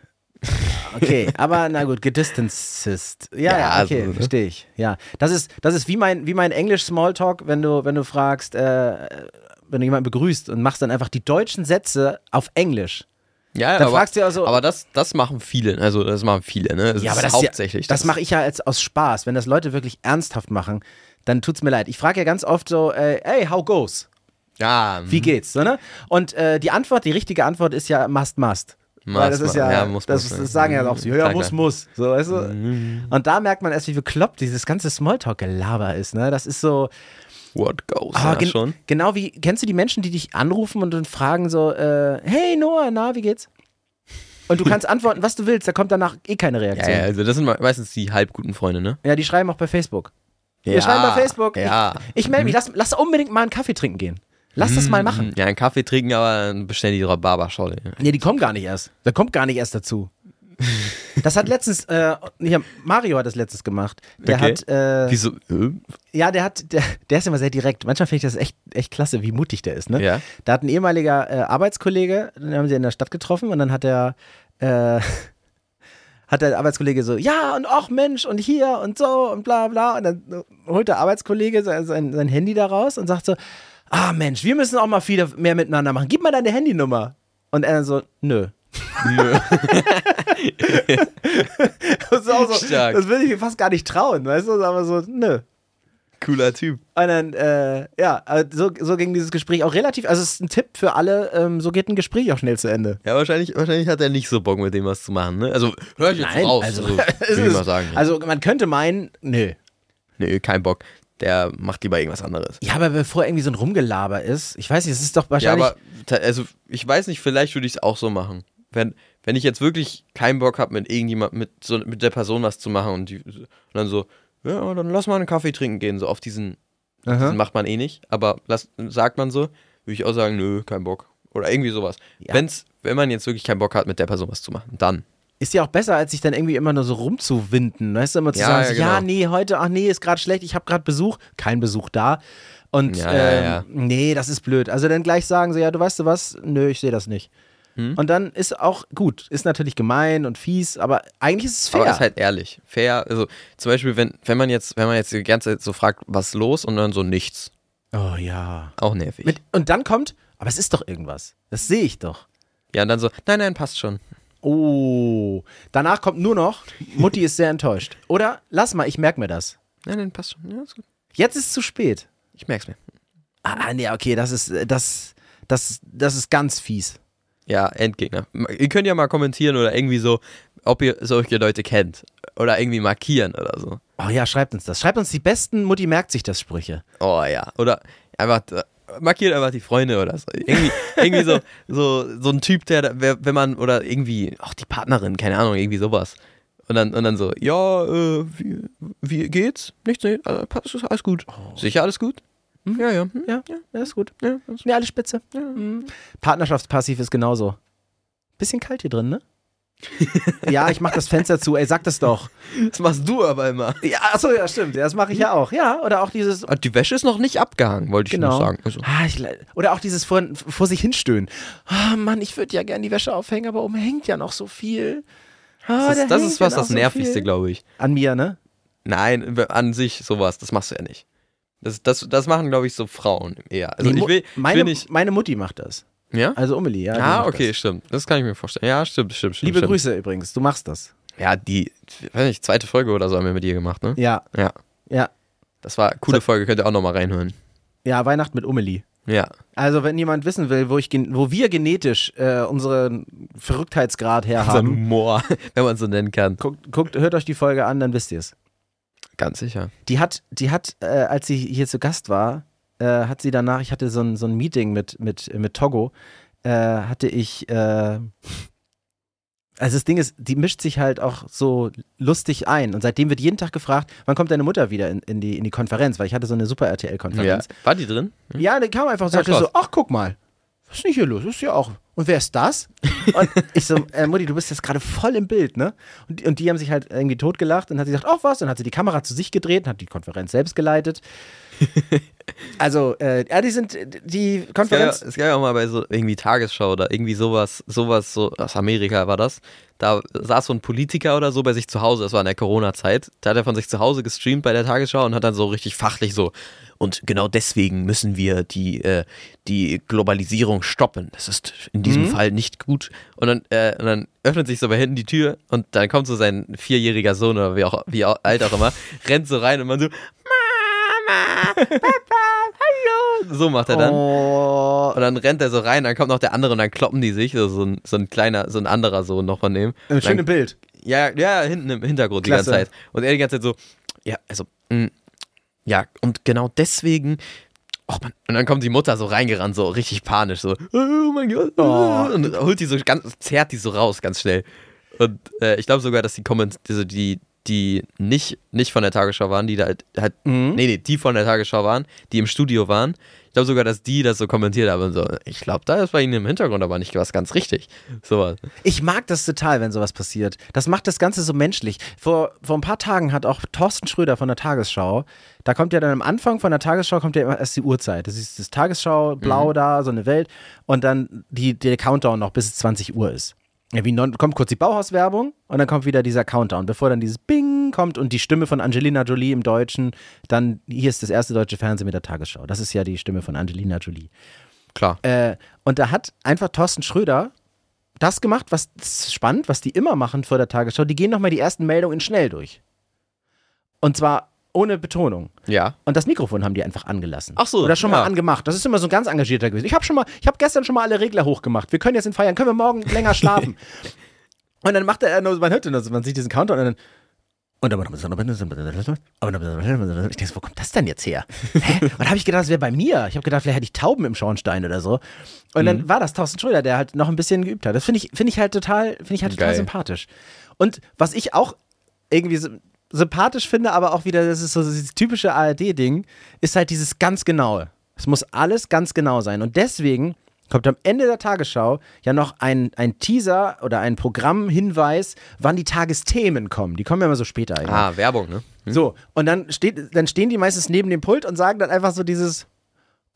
Okay, aber na gut, gedistanced. Ja, Ja, ja, okay, also, ne? verstehe ich. Ja, das ist, das ist wie mein, wie mein Englisch-Smalltalk, wenn du, wenn du fragst, äh, wenn du jemanden begrüßt und machst dann einfach die deutschen Sätze auf Englisch. Ja, Dann aber, fragst du ja so- aber das, das machen viele, also das machen viele, ne? Das Ja, aber ist das ist ja- hauptsächlich. Das mache ich ja als, aus Spaß. Wenn das Leute wirklich ernsthaft machen, dann tut's mir leid. Ich frage ja ganz oft so, äh, hey, how goes? Ja, Wie geht's? So, ne? Und äh, die Antwort, die richtige Antwort ist ja must, must. Weil das Must, ist ja, ja, muss, das, muss, das ja. sagen ja auch sie. Ja, Klar, muss, klar. muss. So, weißt du? Und da merkt man erst, wie bekloppt dieses ganze Smalltalk-Gelaber ist. Ne? Das ist so, What goes, ah, ja, gen schon. genau wie, kennst du die Menschen, die dich anrufen und dann fragen so, äh, hey Noah, na, wie geht's? Und du kannst antworten, was du willst, da kommt danach eh keine Ja, Reaktion. ja, also das sind me- meistens die halbguten Freunde, ne? Ja, die schreiben auch bei Facebook. Wir Ja, schreiben bei Facebook. Ja. Ich, ich melde mich, lass, lass unbedingt mal einen Kaffee trinken gehen. Lass das mal machen. Ja, einen Kaffee trinken, aber dann bestellen die Rhabarberschorle. Nee, die kommen gar nicht erst. Da kommt gar nicht erst dazu. Das hat letztens, äh, hier, Mario hat das letztens gemacht. Der Okay. hat, äh, Wieso? Äh? ja, der hat, der, der ist immer sehr direkt. Manchmal finde ich das echt, echt klasse, wie mutig der ist, ne? Ja. Da hat ein ehemaliger äh, Arbeitskollege, den haben sie in der Stadt getroffen und dann hat er, äh, hat der Arbeitskollege so, ja und ach Mensch und hier und so und bla bla und dann holt der Arbeitskollege sein, sein, sein Handy da raus und sagt so, ah Mensch, wir müssen auch mal viel mehr miteinander machen, gib mal deine Handynummer. Und er so, nö. Nö. Das ist auch so, Stark. das will ich mir fast gar nicht trauen, weißt du, aber so, nö. Cooler Typ. Und dann, äh, ja, also so, so ging dieses Gespräch auch relativ, also es ist ein Tipp für alle, ähm, so geht ein Gespräch auch schnell zu Ende. Ja, wahrscheinlich, wahrscheinlich hat er nicht so Bock, mit dem was zu machen, ne? Also, hör ich jetzt Nein, raus. also, Also, es würde ich ist- mal sagen. Also man könnte meinen, nö. Nö, kein Bock. Der macht lieber irgendwas anderes. Ja, aber bevor irgendwie so ein Rumgelaber ist, ich weiß nicht, es ist doch Ja, wahrscheinlich, aber, ta- also, ich weiß nicht, vielleicht würde ich es auch so machen. Wenn, wenn ich jetzt wirklich keinen Bock habe, mit irgendjemand, mit, so, mit der Person was zu machen und, die, und dann so, ja, dann lass mal einen Kaffee trinken gehen, so auf diesen, Aha. diesen macht man eh nicht, aber lass, sagt man so, würde ich auch sagen, nö, kein Bock. Oder irgendwie sowas. Ja. Wenn's, wenn man jetzt wirklich keinen Bock hat, mit der Person was zu machen, dann. ist ja auch besser, als sich dann irgendwie immer nur so rumzuwinden, weißt du, immer zu Ja, sagen, ja, so, genau. ja, nee, heute, ach nee, ist gerade schlecht, ich habe gerade Besuch, kein Besuch da und Ja, ja, ähm, ja. nee, das ist blöd. Also dann gleich sagen so, ja, du weißt du was, nö, ich sehe das nicht. Hm? Und dann ist auch gut. Ist natürlich gemein und fies, aber eigentlich ist es fair. Aber ist halt ehrlich. Fair, also zum Beispiel, wenn, wenn man jetzt, wenn man jetzt die ganze Zeit so fragt, was ist los und dann so nichts. Oh ja. Auch nervig. Mit, und dann kommt, aber es ist doch irgendwas. Das sehe ich doch. Ja, und dann so, nein, nein, passt schon. Oh. Danach kommt nur noch, Mutti ist sehr enttäuscht. Oder, lass mal, ich merke mir das. Nein, nein, passt schon. Ja, ist gut. Jetzt ist es zu spät. Ich merk's mir. Ah, nee, okay, das ist, das, das, das ist ganz fies. Ja, Endgegner. Ihr könnt ja mal kommentieren oder irgendwie so, ob ihr solche Leute kennt. Oder irgendwie markieren oder so. Oh ja, schreibt uns das. Schreibt uns die besten Mutti merkt sich das Sprüche. Oh ja. Oder einfach, äh, markiert einfach die Freunde oder so. Irgendwie, irgendwie so, so, so ein Typ, der, wenn man, oder irgendwie, auch die Partnerin, keine Ahnung, irgendwie sowas. Und dann, und dann so, ja, äh, wie, wie geht's? Nichts, nee, äh, passt, alles gut. Oh. Sicher alles gut? Hm? Ja, ja. Hm? Ja, ja, das ist gut. Ja, alles Ja, alles spitze. Ja. Mhm. Partnerschaftspassiv ist genauso. Bisschen kalt hier drin, ne? Ja, ich mach das Fenster zu, ey, sag das doch. Das machst du aber immer. Ja, achso, ja, stimmt. Ja, das mache ich ja auch. Ja, oder auch dieses. Die Wäsche ist noch nicht abgehangen, wollte ich Genau. nur sagen. Also. Ah, ich, oder auch dieses vor, vor sich hinstöhnen. Ah, Mann, ich würde ja gerne die Wäsche aufhängen, aber oben hängt ja noch so viel. Ah, Das da ist, das hängt ist was ja noch das so Nervigste, viel. glaube ich. An mir, ne? Nein, an sich sowas, das machst du ja nicht. Das, das, das machen, glaube ich, so Frauen eher. Also Nee, ich will, ich meine, will nicht. meine Mutti macht das. Ja? Also Umeli, ja. die Ah, macht okay, das. stimmt. Das kann ich mir vorstellen. Ja, stimmt, stimmt, stimmt. Liebe stimmt. Grüße übrigens, du machst das. Ja, die, weiß nicht, zweite Folge oder so haben wir mit dir gemacht, ne? Ja, Ja. ja. Das war eine coole So- Folge, könnt ihr auch nochmal reinhören. Ja, Weihnachten mit Umeli. Ja. Also, wenn jemand wissen will, wo, ich, gen- wo wir genetisch äh, unseren Verrücktheitsgrad her So ein haben, Humor, wenn man so nennen kann. guckt, guckt, hört euch die Folge an, dann wisst ihr es. Ganz sicher. Die hat, die hat, äh, als sie hier zu Gast war, äh, hat sie danach, ich hatte so ein, so ein Meeting mit, mit, mit Togo, äh, hatte ich, äh, also das Ding ist, die mischt sich halt auch so lustig ein und seitdem wird jeden Tag gefragt, wann kommt deine Mutter wieder in, in, die, in die Konferenz, weil ich hatte so eine Super-R T Ja. L-Konferenz. War die drin? Ja, die kam einfach und Ja, sagte krass. so, ach guck mal, was ist denn hier los? Das ist ja auch, und wer ist das? Und ich so, äh, Mutti, du bist jetzt gerade voll im Bild, ne? Und, und die haben sich halt irgendwie totgelacht und hat sie gesagt, ach was, dann hat sie die Kamera zu sich gedreht und hat die Konferenz selbst geleitet. Also, äh, ja, die sind, die Es gab, ja, Konferenz, es gab ja auch mal bei so irgendwie Tagesschau oder irgendwie sowas, sowas, so aus Amerika war das. Da saß so ein Politiker oder so bei sich zu Hause, das war in der Corona-Zeit. Da hat er von sich zu Hause gestreamt bei der Tagesschau und hat dann so richtig fachlich so, und genau deswegen müssen wir die, äh, die Globalisierung stoppen. Das ist in diesem Mhm. Fall nicht gut. Und dann, äh, und dann öffnet sich so bei hinten die Tür und dann kommt so sein vierjähriger Sohn oder wie, auch, wie auch, alt auch immer, rennt so rein und man so, Mama, Papa, hallo. So macht er dann. oh, Und dann rennt er so rein, dann kommt noch der andere und dann kloppen die sich, so, so, ein, so ein kleiner, so ein anderer Sohn noch von dem. ein schönes Bild. Ja, ja, hinten im Hintergrund Klasse. die ganze Zeit. Und er die ganze Zeit so, ja, also, mh, ja, und genau deswegen, oh Mann, und dann kommt die Mutter so reingerannt, so richtig panisch, so, oh mein Gott, Oh. und holt die so ganz, zerrt die so raus, ganz schnell. Und äh, ich glaube sogar, dass die Comments, also die, die nicht, nicht von der Tagesschau waren, die da halt, halt Mhm. nee, nee, die von der Tagesschau waren, die im Studio waren, ich glaube sogar, dass die das so kommentiert haben und so, ich glaube, da ist bei ihnen im Hintergrund aber nicht was ganz richtig. Sowas. Ich mag das total, wenn sowas passiert. Das macht das Ganze so menschlich. Vor, vor ein paar Tagen hat auch Thorsten Schröder von der Tagesschau, da kommt ja dann am Anfang von der Tagesschau kommt ja immer erst die Uhrzeit. Das ist das Tagesschau, blau Mhm. da, so eine Welt und dann die, der Countdown noch bis es zwanzig Uhr ist. Ja, wie non, kommt kurz die Bauhauswerbung und dann kommt wieder dieser Countdown, bevor dann dieses Bing kommt und die Stimme von Angelina Jolie im Deutschen, dann hier ist das erste deutsche Fernsehen mit der Tagesschau. Das ist ja die Stimme von Angelina Jolie. Klar. Äh, und da hat einfach Thorsten Schröder das gemacht, was das ist spannend, was die immer machen vor der Tagesschau. Die gehen nochmal die ersten Meldungen schnell durch. Und zwar ohne Betonung. Ja. Und das Mikrofon haben die einfach angelassen. Ach so, Oder schon mal ja. angemacht. Das ist immer so ein ganz engagierter gewesen. Ich habe schon mal, ich habe gestern schon mal alle Regler hochgemacht. Wir können jetzt in Feiern, können wir morgen länger schlafen. Und dann macht er, man hört das, man sieht diesen Countdown und dann und dann ich denke, wo kommt das denn jetzt her? Hä? Und dann habe ich gedacht, das wäre bei mir. Ich habe gedacht, vielleicht hätte ich Tauben im Schornstein oder so. Und dann Mhm. war das Thorsten Schröder, der halt noch ein bisschen geübt hat. Das finde ich, finde ich halt total, finde ich halt total Geil. sympathisch. Und was ich auch irgendwie sy- sympathisch finde, aber auch wieder, das ist so dieses typische A R D-Ding, ist halt dieses ganz Genaue. Es muss alles ganz genau sein. Und deswegen kommt am Ende der Tagesschau ja noch ein, ein Teaser oder ein Programmhinweis, wann die Tagesthemen kommen. Die kommen ja immer so später eigentlich. Ah, Werbung, ne? Hm. So, und dann, steht, dann stehen die meistens neben dem Pult und sagen dann einfach so dieses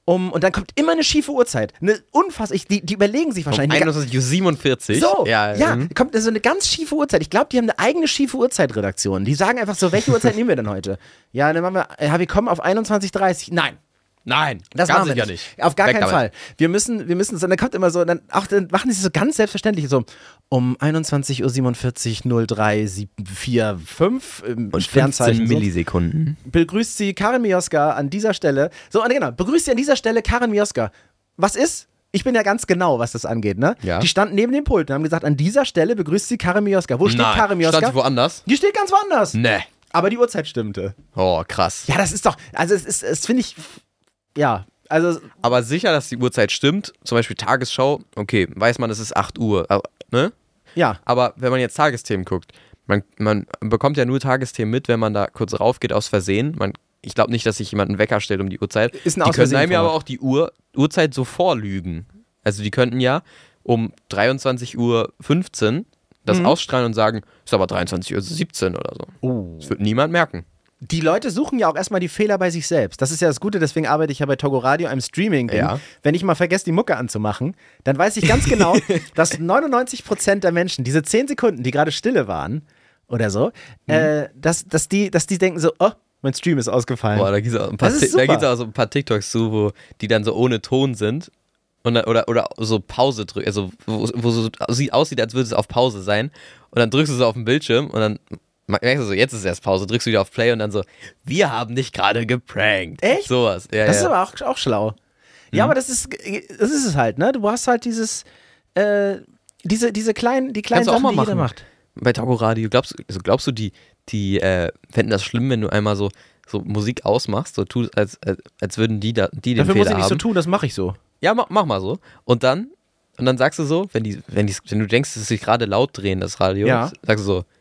um, und dann kommt immer eine schiefe Uhrzeit. Eine unfassbar, ich, die, die überlegen sich wahrscheinlich. Um einundzwanzig Uhr siebenundvierzig. So, ja, ja ähm. kommt so eine ganz schiefe Uhrzeit. Ich glaube, die haben eine eigene schiefe Uhrzeit-Redaktion. Die sagen einfach so, welche Uhrzeit nehmen wir denn heute? Ja, dann machen wir, ja, wir kommen auf einundzwanzig Uhr dreißig. Nicht. Nein, das ganz machen wir sicher nicht. nicht. Auf gar Weg keinen damit. Fall. Wir müssen, wir müssen, dann kommt immer so, dann, auch, dann machen sie so ganz selbstverständlich so, um einundzwanzig Uhr siebenundvierzig, null drei, sieben vier fünf im Und Sternzeichen. fünfzehn so. Millisekunden. Begrüßt sie Karin Mioska an dieser Stelle. So, und genau, begrüßt sie an dieser Stelle Karin Mioska. Was ist? Ich bin ja ganz genau, was das angeht, ne? Ja. Die standen neben dem Pult und haben gesagt, an dieser Stelle begrüßt sie Karin Mioska. Wo steht Nein. Karin Mioska? Stand sie woanders? Die steht ganz woanders. Nee. Aber die Uhrzeit stimmte. Oh, krass. Ja, das ist doch, also es ist, es finde ich, ja, also, Aber sicher, dass die Uhrzeit stimmt, zum Beispiel Tagesschau, okay, weiß man, es ist acht Uhr, aber, ne? ja. Aber wenn man jetzt Tagesthemen guckt, man, man bekommt ja nur Tagesthemen mit, wenn man da kurz raufgeht aus Versehen. Man, ich glaube nicht, dass sich jemand einen Wecker stellt um die Uhrzeit. Ist ein die Aus können Versehen einem ja aber Format. auch die Uhr, Uhrzeit so vorlügen. Also die könnten ja um dreiundzwanzig Uhr fünfzehn das Mhm. ausstrahlen und sagen, ist aber dreiundzwanzig Uhr siebzehn oder so. Oh. Das wird niemand merken. Die Leute suchen ja auch erstmal die Fehler bei sich selbst. Das ist ja das Gute, deswegen arbeite ich ja bei Togo Radio, einem Streaming-Ding. Ja. Wenn ich mal vergesse, die Mucke anzumachen, dann weiß ich ganz genau, dass neunundneunzig Prozent der Menschen, diese zehn Sekunden, die gerade stille waren oder so, Mhm. äh, dass, dass, die, dass die denken so, oh, mein Stream ist ausgefallen. Boah, da gibt es auch, ein paar Das ist Ti- da super. gibt's auch so ein paar TikToks zu, wo die dann so ohne Ton sind. Und dann, oder, oder so Pause drücken, also wo, wo so sie- aussieht, als würde es auf Pause sein. Und dann drückst du so auf den Bildschirm und dann merkst du so, jetzt ist erst Pause, drückst du wieder auf Play und dann so, wir haben dich gerade geprankt. Echt? Sowas. Ja, Das ja. ist aber auch, auch schlau. Ja, Mhm. aber das ist, das ist es halt, ne? Du hast halt dieses, äh, diese, diese kleinen, die kleinen Kannst du auch Sachen, mal die jeder machen. macht. Bei Togo Radio, glaubst, also glaubst du, die, die äh, fänden das schlimm, wenn du einmal so, so Musik ausmachst, so tust, als, als, als würden die, da, die den Dafür Fehler muss ich nicht haben? so tun, das mache ich so. Ja, mach, mach mal so. Und dann, und dann sagst du so, wenn, die, wenn, die, wenn du denkst, dass sie sich gerade laut drehen, das Radio, Ja. sagst du so,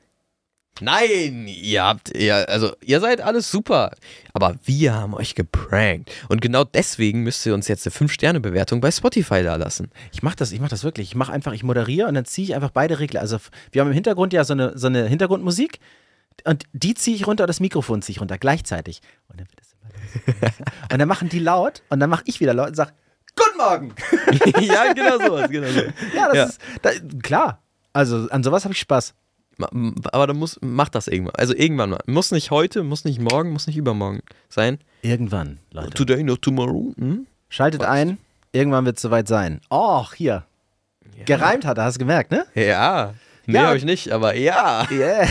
nein, ihr habt, ihr, also ihr seid alles super, aber wir haben euch geprankt. Und genau deswegen müsst ihr uns jetzt eine fünf Sterne Bewertung bei Spotify da lassen. Ich mache das, ich mache das wirklich. Ich mache einfach, ich moderiere und dann ziehe ich einfach beide Regler. Also wir haben im Hintergrund ja so eine, so eine Hintergrundmusik und die ziehe ich runter und das Mikrofon ziehe ich runter gleichzeitig. Und dann wird es immer leiser. Und dann machen die laut und dann mache ich wieder laut und sage, Guten Morgen! Ja, genau sowas, genau so. Ja, das Ja. ist, da, klar. Also an sowas habe ich Spaß. Ma- m- Aber dann muss, mach das irgendwann. Also irgendwann mal. Muss nicht heute, muss nicht morgen, muss nicht übermorgen sein. Irgendwann, Leute. Today, not tomorrow. Hm? Schaltet ein, irgendwann wird es soweit sein. Och, hier. Gereimt hat er, hast du gemerkt, ne? Ja. Nee, Ja. habe ich nicht, aber ja. Yeah.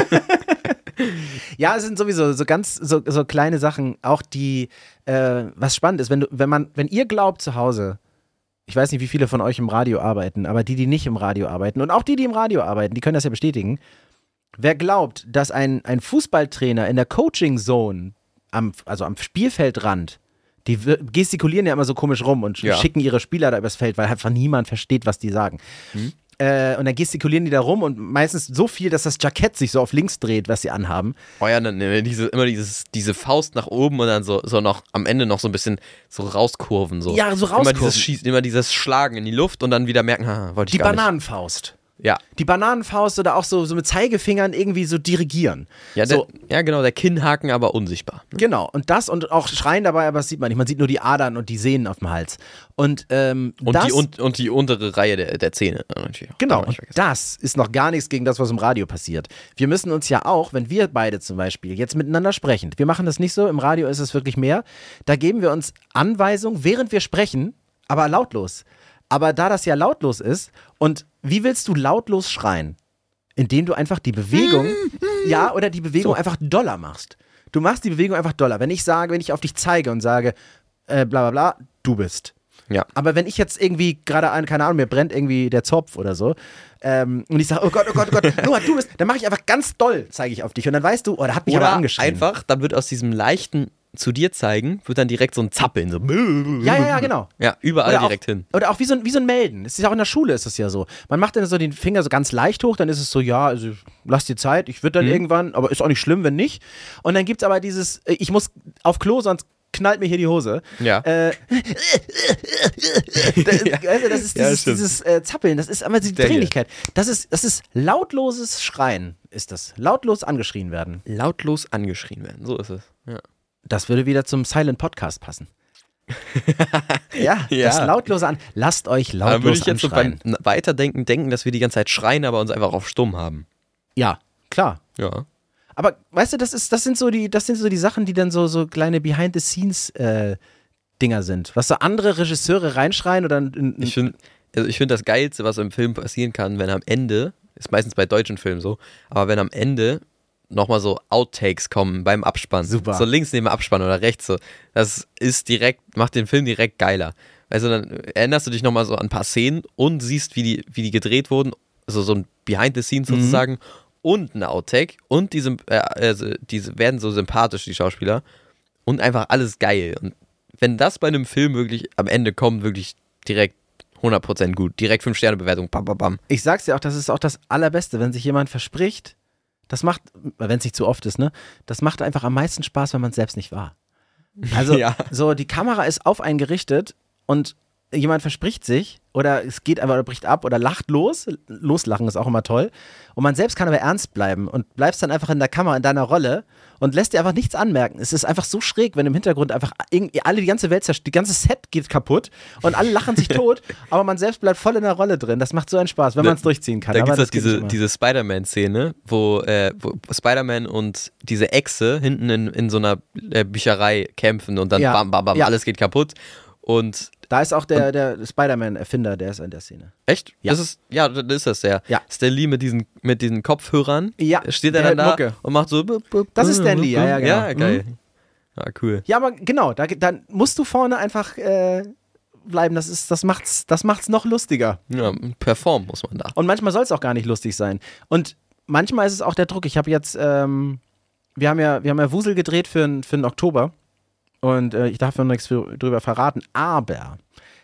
Ja, es sind sowieso so ganz so, so kleine Sachen, auch die, äh, was spannend ist, wenn du, wenn man, wenn ihr glaubt zu Hause, ich weiß nicht, wie viele von euch im Radio arbeiten, aber die, die nicht im Radio arbeiten und auch die, die im Radio arbeiten, die können das ja bestätigen. Wer glaubt, dass ein, ein Fußballtrainer in der Coaching Zone, am, also am Spielfeldrand, die wir- gestikulieren ja immer so komisch rum und Ja. schicken ihre Spieler da übers Feld, weil einfach niemand versteht, was die sagen. Äh, und dann gestikulieren die da rum und meistens so viel, dass das Jackett sich so auf links dreht, was sie anhaben. Oh ja, dann äh, diese, immer dieses, diese Faust nach oben und dann so, so noch am Ende noch so ein bisschen so rauskurven. So. Ja, so Immer rauskurven. dieses, Schießen, immer dieses Schlagen in die Luft und dann wieder merken, ha, wollte ich Die gar nicht. Bananenfaust. Ja, Die Bananenfaust oder auch so, so mit Zeigefingern irgendwie so dirigieren. ja, der, so, ja, genau, der Kinnhaken, aber unsichtbar. genau. Und das und auch Schreien dabei, aber das sieht man nicht. Man sieht nur die Adern und die Sehnen auf dem Hals. Und, ähm, Und, das, die, und, und die untere Reihe der, der Zähne. äh, Natürlich auch. genau, Darf man und nicht vergessen. das ist noch gar nichts gegen das, was im Radio passiert. Wir müssen uns ja auch, wenn wir beide zum Beispiel jetzt miteinander sprechen, wir machen das nicht so, im Radio ist es wirklich mehr, da geben wir uns Anweisungen, während wir sprechen, aber lautlos. Aber da das ja lautlos ist, und wie willst du lautlos schreien? Indem du einfach die Bewegung, ja, oder die Bewegung So. einfach doller machst. Du machst die Bewegung einfach doller. Wenn ich sage, wenn ich auf dich zeige und sage, äh, bla bla bla, du bist. Ja. Aber wenn ich jetzt irgendwie gerade an, keine Ahnung, mir brennt irgendwie der Zopf oder so, ähm, und ich sage, oh Gott, oh Gott, oh Gott, Noah, du bist, dann mache ich einfach ganz doll, zeige ich auf dich. Und dann weißt du, oh, der hat mich Oder aber angeschrien. einfach, dann wird aus diesem leichten zu dir zeigen, wird dann direkt so ein Zappeln. So. Ja, ja, ja, genau. Ja, überall Oder direkt auch, hin. Oder auch wie so, ein, wie so ein Melden. Es ist ja auch in der Schule ist es ja so. Man macht dann so den Finger so ganz leicht hoch, dann ist es so, ja, also lass dir Zeit, ich würde dann Mhm. irgendwann, aber ist auch nicht schlimm, wenn nicht. Und dann gibt es aber dieses, äh, ich muss auf Klo, sonst knallt mir hier die Hose. Ja. Äh, das, also das ist Ja, dieses, stimmt. dieses äh, Zappeln, das ist aber die Der hier. Dringlichkeit. Das ist, das ist lautloses Schreien, ist das. Lautlos angeschrien werden. Lautlos angeschrien werden, so ist es. Ja. Das würde wieder zum Silent Podcast passen. ja, Ja. das lautlose An. Lasst euch Aber würde lautlos ich jetzt so anschreien. beim Weiterdenken denken, dass wir die ganze Zeit schreien, aber uns einfach auf stumm haben. Ja, klar. Ja. Aber weißt du, das ist, das sind so die, das sind so die Sachen, die dann so, so kleine Behind-the-Scenes-Dinger sind. Was so andere Regisseure reinschreien oder in, in, Ich finde also ich find das Geilste, was im Film passieren kann, wenn am Ende, ist meistens bei deutschen Filmen so, aber wenn am Ende nochmal so Outtakes kommen beim Abspann. Super. So links neben dem Abspann oder rechts so. Das ist direkt, macht den Film direkt geiler. Also dann erinnerst du dich nochmal so an ein paar Szenen und siehst, wie die, wie die gedreht wurden. Also so ein Behind the Scenes Mhm. sozusagen und ein Outtake und diese, äh, also diese werden so sympathisch, die Schauspieler. Und einfach alles geil. Und wenn das bei einem Film wirklich am Ende kommt, wirklich direkt hundert Prozent gut. Direkt fünf Sterne Bewertung. Bam, bam, bam. Ich sag's dir auch, das ist auch das Allerbeste, wenn sich jemand verspricht. Das macht, wenn es nicht zu oft ist, ne? Das macht einfach am meisten Spaß, wenn man es selbst nicht war. Also, Ja. so, die Kamera ist auf einen gerichtet und jemand verspricht sich oder es geht einfach oder bricht ab oder lacht los. Loslachen ist auch immer toll. Und man selbst kann aber ernst bleiben und bleibst dann einfach in der Kamera, in deiner Rolle und lässt dir einfach nichts anmerken. Es ist einfach so schräg, wenn im Hintergrund einfach irgendwie alle, die ganze Welt zerstört, die ganze Set geht kaputt und alle lachen sich tot, aber man selbst bleibt voll in der Rolle drin. Das macht so einen Spaß, wenn Da- man es durchziehen kann. Da aber gibt es das geht diese, nicht immer. diese Spider-Man-Szene, wo, äh, wo Spider-Man und diese Echse hinten in, in so einer äh, Bücherei kämpfen und dann Ja. bam, bam, bam, Ja. alles geht kaputt. Und Da ist auch der, der Spider-Man-Erfinder, der ist in der Szene. echt? Ja. Das ist, ja, das ist das, der Ja. Stan Lee mit diesen, mit diesen Kopfhörern. Ja, Steht er der dann da hört Mucke. und macht so. bup, bup, Das ist Stan Lee, ja, ja, genau. Ja, geil. Ja, cool. Ja, aber genau, da, dann musst du vorne einfach äh, bleiben. Das, ist, das, macht's, das macht's noch lustiger. Ja, performen muss man da. Und manchmal soll es auch gar nicht lustig sein. Und manchmal ist es auch der Druck. Ich habe jetzt, ähm, wir haben ja, wir haben ja Wusel gedreht für, n- für den Oktober. Und äh, ich darf noch nichts für, drüber verraten. Aber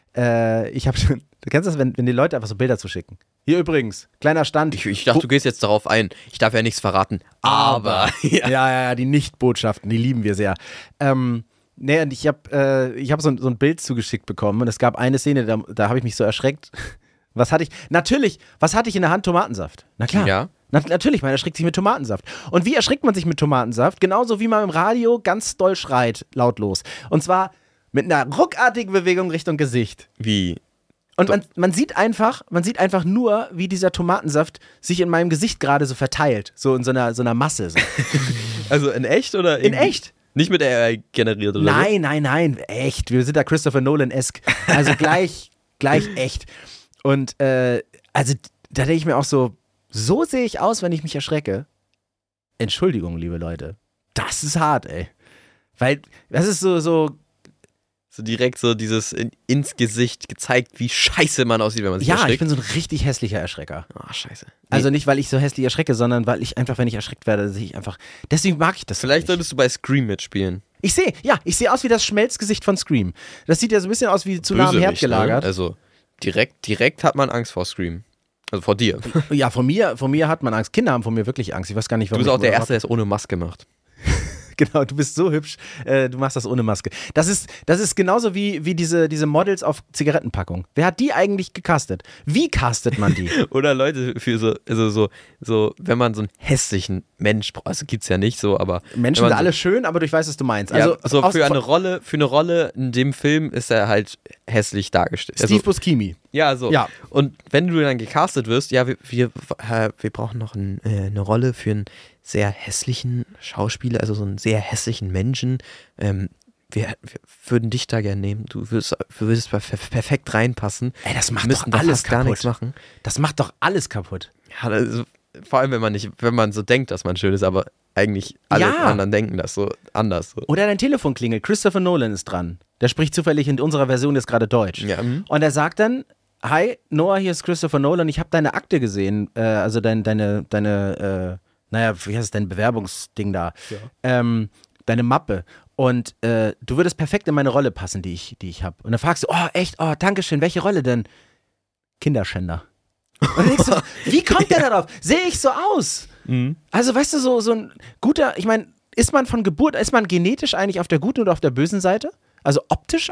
äh, ich habe schon, du kennst das, wenn, wenn die Leute einfach so Bilder zuschicken. Hier übrigens, kleiner Stand. Ich, ich dachte, du gehst jetzt darauf ein. Ich darf ja nichts verraten. Aber. ja, ja, ja, die Nicht-Botschaften, die lieben wir sehr. Ähm, nee, und ich habe äh, ich hab so, ein- so ein Bild zugeschickt bekommen und es gab eine Szene, da, da habe ich mich so erschreckt. Was hatte ich? Natürlich, was hatte ich in der Hand? Tomatensaft. Na klar. Ja. Na, natürlich, man erschrickt sich mit Tomatensaft. Und wie erschrickt man sich mit Tomatensaft? Genauso wie man im Radio ganz doll schreit, lautlos. Und zwar mit einer ruckartigen Bewegung Richtung Gesicht. Wie? Und man, man sieht einfach, man sieht einfach nur, wie dieser Tomatensaft sich in meinem Gesicht gerade so verteilt. So in so einer, so einer Masse. So. Also in echt oder In irgendwie- echt? Nicht mit A I generiert oder Nein, nein, nein, echt. Wir sind da Christopher Nolan-esque. Also gleich, gleich echt. Und äh, also da denke ich mir auch so, so sehe ich aus, wenn ich mich erschrecke. Entschuldigung, liebe Leute. Das ist hart, ey. Weil das ist so, so, so? So direkt so dieses in, ins Gesicht gezeigt, wie scheiße man aussieht, wenn man sich ja, ich erschreckt. bin so ein richtig hässlicher Erschrecker. Ah, scheiße. Nee. Also nicht, weil ich so hässlich erschrecke, sondern weil ich einfach, wenn ich erschreckt werde, sehe ich einfach, deswegen mag ich das Vielleicht nicht. solltest du bei Scream mitspielen. Ich sehe, ja, ich sehe aus wie das Schmelzgesicht von Scream. Das sieht ja so ein bisschen aus wie zu nah am Herd Bösewicht, gelagert. Ne? Also direkt, direkt hat man Angst vor Scream. Also vor dir. Du Ja, von mir, von mir hat man Angst. Kinder haben von mir wirklich Angst. Ich weiß gar nicht, warum. bist auch ich- der Erste, der es ohne Maske macht. Genau, du bist so hübsch. Äh, du machst das ohne Maske. Das ist, das ist genauso wie, wie diese, diese Models auf Zigarettenpackungen. Wer hat die eigentlich gecastet? Wie castet man die? Oder Leute für so, also so, so, wenn man so einen hässlichen Mensch braucht, also gibt's ja nicht so, aber. Menschen wenn sind man alle schön, aber du weißt, was du meinst. So, Also ja, so aus- für eine Rolle, für eine Rolle in dem Film ist er halt hässlich dargestellt. Steve Also, Buscemi. ja, so. Ja. Und wenn du dann gecastet wirst, ja, wir, wir, äh, wir brauchen noch ein, äh, eine Rolle für einen sehr hässlichen Schauspieler, also so einen sehr hässlichen Menschen. Ähm, wir, wir würden dich da gerne nehmen. Du würdest, du würdest perf- perfekt reinpassen. Ey, das macht Wir müssten doch da alles fast gar nichts kaputt. machen. Das macht doch alles kaputt. Ja, das ist, vor allem, wenn man nicht, wenn man so denkt, dass man schön ist, aber eigentlich alle Ja. anderen denken das so anders. So. Oder dein Telefon klingelt. Christopher Nolan ist dran. Der spricht zufällig in unserer Version jetzt gerade Deutsch. Ja, mhm. Und er sagt dann, hi, Noah, hier ist Christopher Nolan. Ich habe deine Akte gesehen. Äh, also dein, deine, deine, äh, naja, wie heißt es, dein Bewerbungsding da. Ja. Ähm, deine Mappe. Und äh, du würdest perfekt in meine Rolle passen, die ich, die ich habe. Und dann fragst du, oh, echt, oh, danke schön, welche Rolle denn? Kinderschänder. Und dann denkst du, wie kommt der darauf? Sehe ich so aus? Mhm. Also, weißt du, so, so ein guter, ich meine, ist man von Geburt, ist man genetisch eigentlich auf der guten oder auf der bösen Seite? Also optisch auch?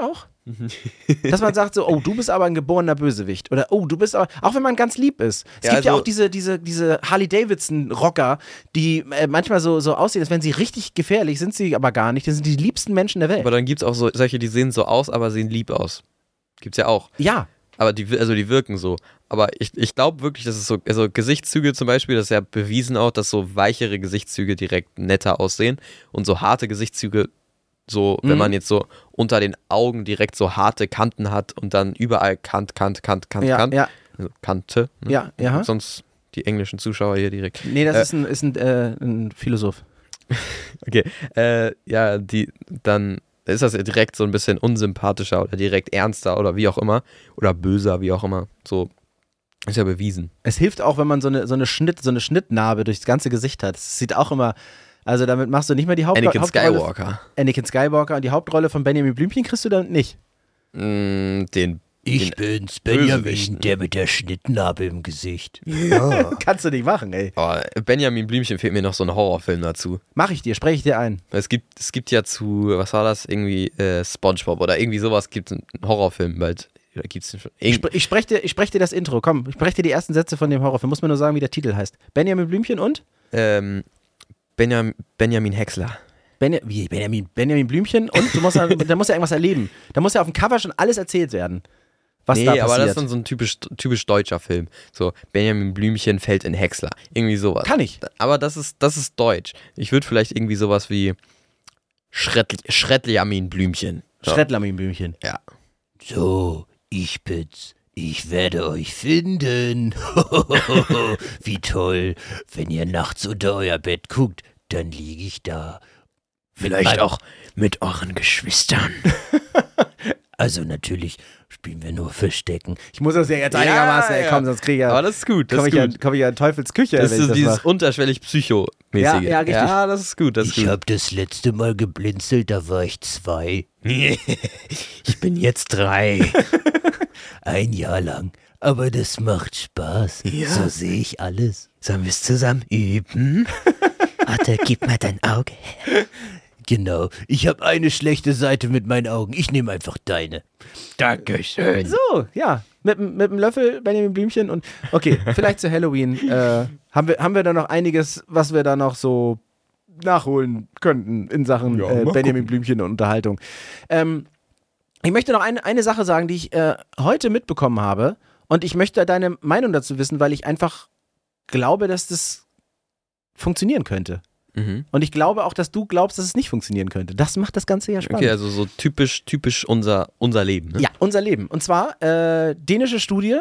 Dass man sagt so, oh, du bist aber ein geborener Bösewicht. Oder oh, du bist aber, auch wenn man ganz lieb ist. Es Ja, gibt ja also- auch diese, diese, diese Harley-Davidson-Rocker, die äh, manchmal so, so aussehen, als wären sie richtig gefährlich, sind sie aber gar nicht. Das sind die liebsten Menschen der Welt. Aber dann gibt es auch so, solche, die sehen so aus, aber sehen lieb aus. Gibt's ja auch. Ja, Aber die, also die wirken so. Aber ich, ich glaube wirklich, dass es so, also Gesichtszüge zum Beispiel, das ist ja bewiesen auch, dass so weichere Gesichtszüge direkt netter aussehen und so harte Gesichtszüge, so, Mhm. wenn man jetzt so unter den Augen direkt so harte Kanten hat und dann überall Kant, Kant, Kant, Kant, ja, Kant, ja, also Kante, ne? ja, ja. Sonst die englischen Zuschauer hier direkt. Nee, das Äh, ist ein, ist ein, äh, ein Philosoph. Okay, äh, ja, die, dann ist das ja direkt so ein bisschen unsympathischer oder direkt ernster oder wie auch immer. Oder böser, wie auch immer. So, ist ja bewiesen. Es hilft auch, wenn man so eine, so eine, Schnitt, so eine Schnittnarbe durchs ganze Gesicht hat. Das sieht auch immer, also damit machst du nicht mehr die Haupt Anakin Hauptrolle. Skywalker. Anakin Skywalker und die Hauptrolle von Benjamin Blümchen kriegst du dann nicht. Mm, den, Ich den bin's, Bösewichten. Benjamin, der mit der Schnittnarbe im Gesicht. Kannst du nicht machen, ey. oh, Benjamin Blümchen fehlt mir noch so ein Horrorfilm dazu. Mach ich dir, spreche ich dir ein. Es gibt, es gibt ja zu, was war das, irgendwie äh, Spongebob oder irgendwie sowas gibt es einen Horrorfilm bald. Oder gibt's den schon? Ich, Irgend- spre- ich spreche dir, ich sprech dir das Intro, komm, ich spreche dir die ersten Sätze von dem Horrorfilm. Muss mir nur sagen, wie der Titel heißt. Benjamin Blümchen und? ähm, Benjam, Benjamin Häcksler. Benja, wie, Benjamin, Benjamin Blümchen und? Du musst, da da muss ja irgendwas erleben. Da muss ja auf dem Cover schon alles erzählt werden, was nee, da passiert. aber das ist dann so ein typisch, typisch deutscher Film. So, Benjamin Blümchen fällt in Häcksler. Irgendwie sowas. Kann ich. Aber das ist, das ist deutsch. Ich würde vielleicht irgendwie sowas wie Schrettl Schrettliamin Blümchen. So. Schrettlamin Blümchen. Ja. So, ich bin's. Ich werde euch finden. Wie toll. Wenn ihr nachts unter euer Bett guckt, dann liege ich da. Vielleicht Mein- auch mit euren Geschwistern. Also natürlich spielen wir nur Verstecken. Ich muss das ja jetzt einigermaßen, ey, ja. komm, sonst kriege ich ja, Aber das ist gut. Das komm ist ich, ja, gut. komm ich ja in Teufels Küche, Das wenn ist ich so das dieses mach. unterschwellig Psycho-mäßige. Ja, ja, richtig. Ja, das ist gut. Das ist Ich gut. hab das letzte Mal geblinzelt, da war ich zwei. Ich bin jetzt drei. Ein Jahr lang. Aber das macht Spaß. Ja. So sehe ich alles. Sollen wir es zusammen üben? Warte, gib mal dein Auge. Genau. Ich habe eine schlechte Seite mit meinen Augen. Ich nehme einfach deine. Dankeschön. So, ja, mit, dem- mit dem Löffel Benjamin Blümchen und, okay, vielleicht zu Halloween äh, haben, wir, haben wir da noch einiges, was wir da noch so nachholen könnten in Sachen Ja, äh, mal Benjamin Blümchen und Unterhaltung. Ähm, ich möchte noch eine, eine Sache sagen, die ich äh, heute mitbekommen habe und ich möchte deine Meinung dazu wissen, weil ich einfach glaube, dass das funktionieren könnte. Mhm. Und ich glaube auch, dass du glaubst, dass es nicht funktionieren könnte. Das macht das Ganze ja spannend. Okay, also so typisch, typisch unser, unser Leben. Ne? Ja, unser Leben. Und zwar äh, dänische Studie.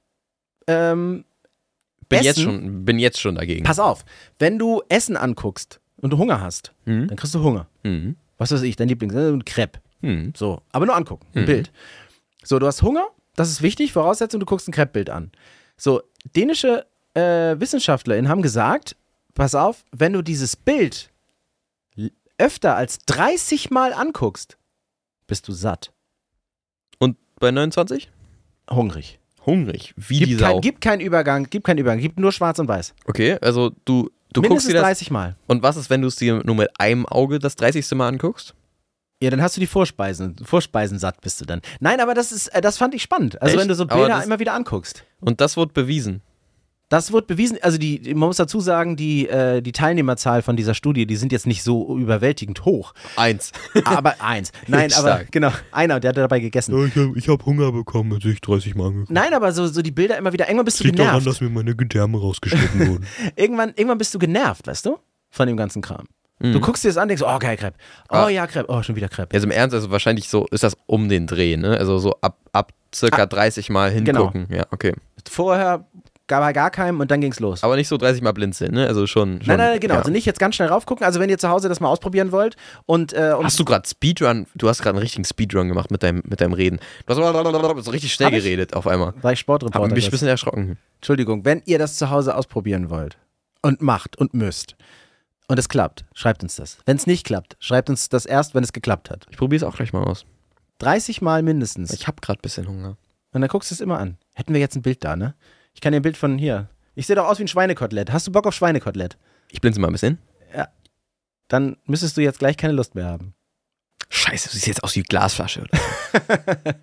Ähm, bin, Essen- jetzt schon, bin jetzt schon dagegen. pass auf, wenn du Essen anguckst und du Hunger hast, Mhm. dann kriegst du Hunger. Mhm. Was weiß ich, dein Lieblings, äh, ein Crepe. Mhm. So, aber nur angucken, ein Mhm. Bild. So, du hast Hunger, das ist wichtig, Voraussetzung, du guckst ein Crepe-Bild an. So, dänische äh, WissenschaftlerInnen haben gesagt, pass auf, wenn du dieses Bild l- öfter als dreißig Mal anguckst, bist du satt. Und bei neunundzwanzig? Hungrig. Hungrig. Wie die Gibt, Sau. kein, gibt keinen Übergang, gibt keinen Übergang, gibt nur schwarz und weiß. Okay, also du, du guckst Mindestens dir das. dreißig Mal. Und was ist, wenn du es dir nur mit einem Auge das dreißigste Mal anguckst? Ja, dann hast du die Vorspeisen. Vorspeisen satt bist du dann. Nein, aber das ist, äh, das fand ich spannend. Also Echt? wenn du so Aber Bilder das- immer wieder anguckst. Und das wurde bewiesen. Das wird bewiesen, also die, die- man muss dazu sagen, die, äh, die Teilnehmerzahl von dieser Studie, die sind jetzt nicht so überwältigend hoch. Eins. Aber eins. Nein, aber Stark. genau, einer, der hat dabei gegessen. ich habe ich hab Hunger bekommen, als ich dreißig Mal angeguckt. Nein, aber so, so die Bilder immer wieder, irgendwann bist du Liegt daran, genervt. dass mir meine Gedärme rausgeschnitten wurden. Irgendwann, irgendwann bist du genervt, weißt du? Von dem ganzen Kram. Du Mhm. guckst dir das an, denkst, oh geil, Crepe. Oh Ah. ja, Crepe. Oh, schon wieder Crepe. Also im Ernst, also wahrscheinlich so ist das um den Dreh, ne? Also so ab, ab circa Ah. dreißig Mal hingucken. Ja, okay. Vorher gab er gar keinem und dann ging's los. Aber nicht so dreißig Mal blinzeln, ne? Also schon. schon Nein, nein, genau. Ja. Also nicht jetzt ganz schnell raufgucken. Also wenn ihr zu Hause das mal ausprobieren wollt und, äh, und Hast du gerade Speedrun, du hast gerade einen richtigen Speedrun gemacht mit deinem, mit deinem Reden. Du hast so richtig schnell Hab ich? geredet auf einmal. war ich Sportreporter. Hab mich ein das. bisschen erschrocken. Entschuldigung, wenn ihr das zu Hause ausprobieren wollt und macht und müsst und es klappt, schreibt uns das. Wenn es nicht klappt, schreibt uns das erst, wenn es geklappt hat. Ich probiere es auch gleich mal aus. dreißig Mal mindestens. Ich habe gerade ein bisschen Hunger. Und dann guckst du es immer an. Hätten wir jetzt ein Bild da, ne? Ich kann dir ein Bild von hier. Ich sehe doch aus wie ein Schweinekotelett. Hast du Bock auf Schweinekotelett? Ich blinze mal ein bisschen. Dann müsstest du jetzt gleich keine Lust mehr haben. Scheiße, du siehst jetzt aus wie Glasflasche. Oder?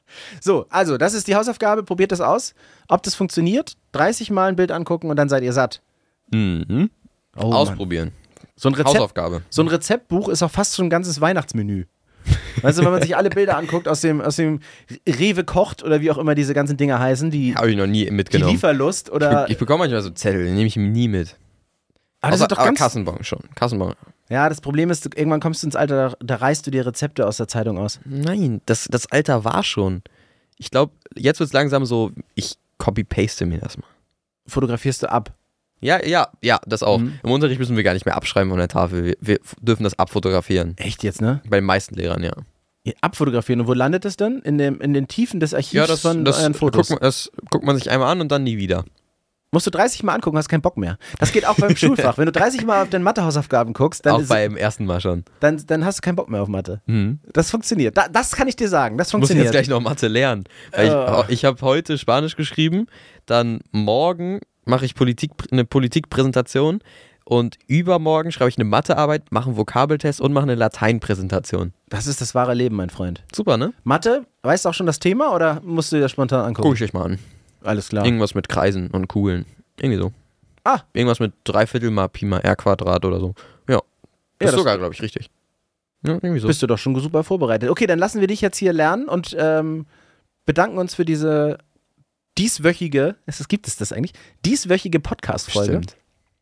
So, also, das ist die Hausaufgabe. Probiert das aus. Ob das funktioniert, dreißig Mal ein Bild angucken und dann seid ihr satt. Mhm. Oh, Ausprobieren. So ein Rezept, Hausaufgabe. So ein Rezeptbuch ist auch fast schon ein ganzes Weihnachtsmenü. Weißt du, wenn man sich alle Bilder anguckt aus dem, aus dem Rewe kocht oder wie auch immer diese ganzen Dinger heißen, die, Habe ich noch nie die mitgenommen. Lieferlust oder. Ich, ich bekomme manchmal so Zettel, die nehme ich nie mit. Aber das Außer, ist doch aber ganz, Kassenbon schon. Kassenbon. Ja, das Problem ist, du, irgendwann kommst du ins Alter, da, da reißt du dir Rezepte aus der Zeitung aus. Nein, das, das Alter war schon. Ich glaube, jetzt wird es langsam so, ich copy-paste mir das mal. Fotografierst du ab. Ja, ja, ja, das auch. Mhm. Im Unterricht müssen wir gar nicht mehr abschreiben von der Tafel. Wir, wir dürfen das abfotografieren. Echt jetzt, ne? Bei den meisten Lehrern, ja. Ja, abfotografieren. Und wo landet das dann? In, dem, in den Tiefen des Archivs Ja, das, von das, euren Fotos? guckt man, das guckt man sich einmal an und dann nie wieder. Musst du dreißig Mal angucken, hast keinen Bock mehr. Das geht auch beim Schulfach. Wenn du dreißig Mal auf deine Mathehausaufgaben guckst, dann, Auch ist, beim ersten Mal schon. dann, dann hast du keinen Bock mehr auf Mathe. Mhm. Das funktioniert. Da, das kann ich dir sagen. Das Ich muss funktioniert. jetzt gleich noch Mathe lernen. Weil Oh. Ich, ich habe heute Spanisch geschrieben, dann morgen mache ich Politik, eine Politikpräsentation und übermorgen schreibe ich eine Mathearbeit, mache einen Vokabeltest und mache eine Lateinpräsentation. Das ist das wahre Leben, mein Freund. Super, ne? Mathe, weißt du auch schon das Thema oder musst du dir das spontan angucken? Guck ich euch mal an. Alles klar. Irgendwas mit Kreisen und Kugeln. Irgendwie so. Ah. Irgendwas mit Dreiviertel mal Pi mal R Quadrat oder so. Ja. Das Ja, ist das- sogar, glaube ich, richtig. Ja, irgendwie so. Bist du doch schon super vorbereitet. Okay, dann lassen wir dich jetzt hier lernen und ähm, bedanken uns für diese dieswöchige, es gibt es das eigentlich, dieswöchige Podcast-Folge. Stimmt.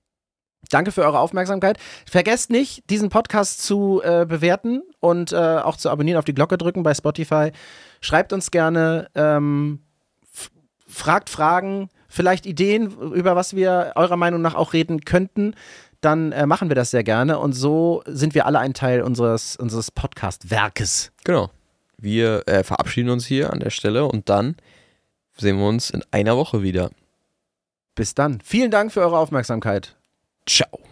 Danke für eure Aufmerksamkeit. Vergesst nicht, diesen Podcast zu äh, bewerten und äh, auch zu abonnieren, auf die Glocke drücken bei Spotify. Schreibt uns gerne, ähm, f- fragt Fragen, vielleicht Ideen, über was wir eurer Meinung nach auch reden könnten. Dann äh, machen wir das sehr gerne und so sind wir alle ein Teil unseres, unseres Podcast-Werkes. Genau. Wir äh, verabschieden uns hier an der Stelle und dann sehen wir uns in einer Woche wieder. Bis dann. Vielen Dank für eure Aufmerksamkeit. Ciao.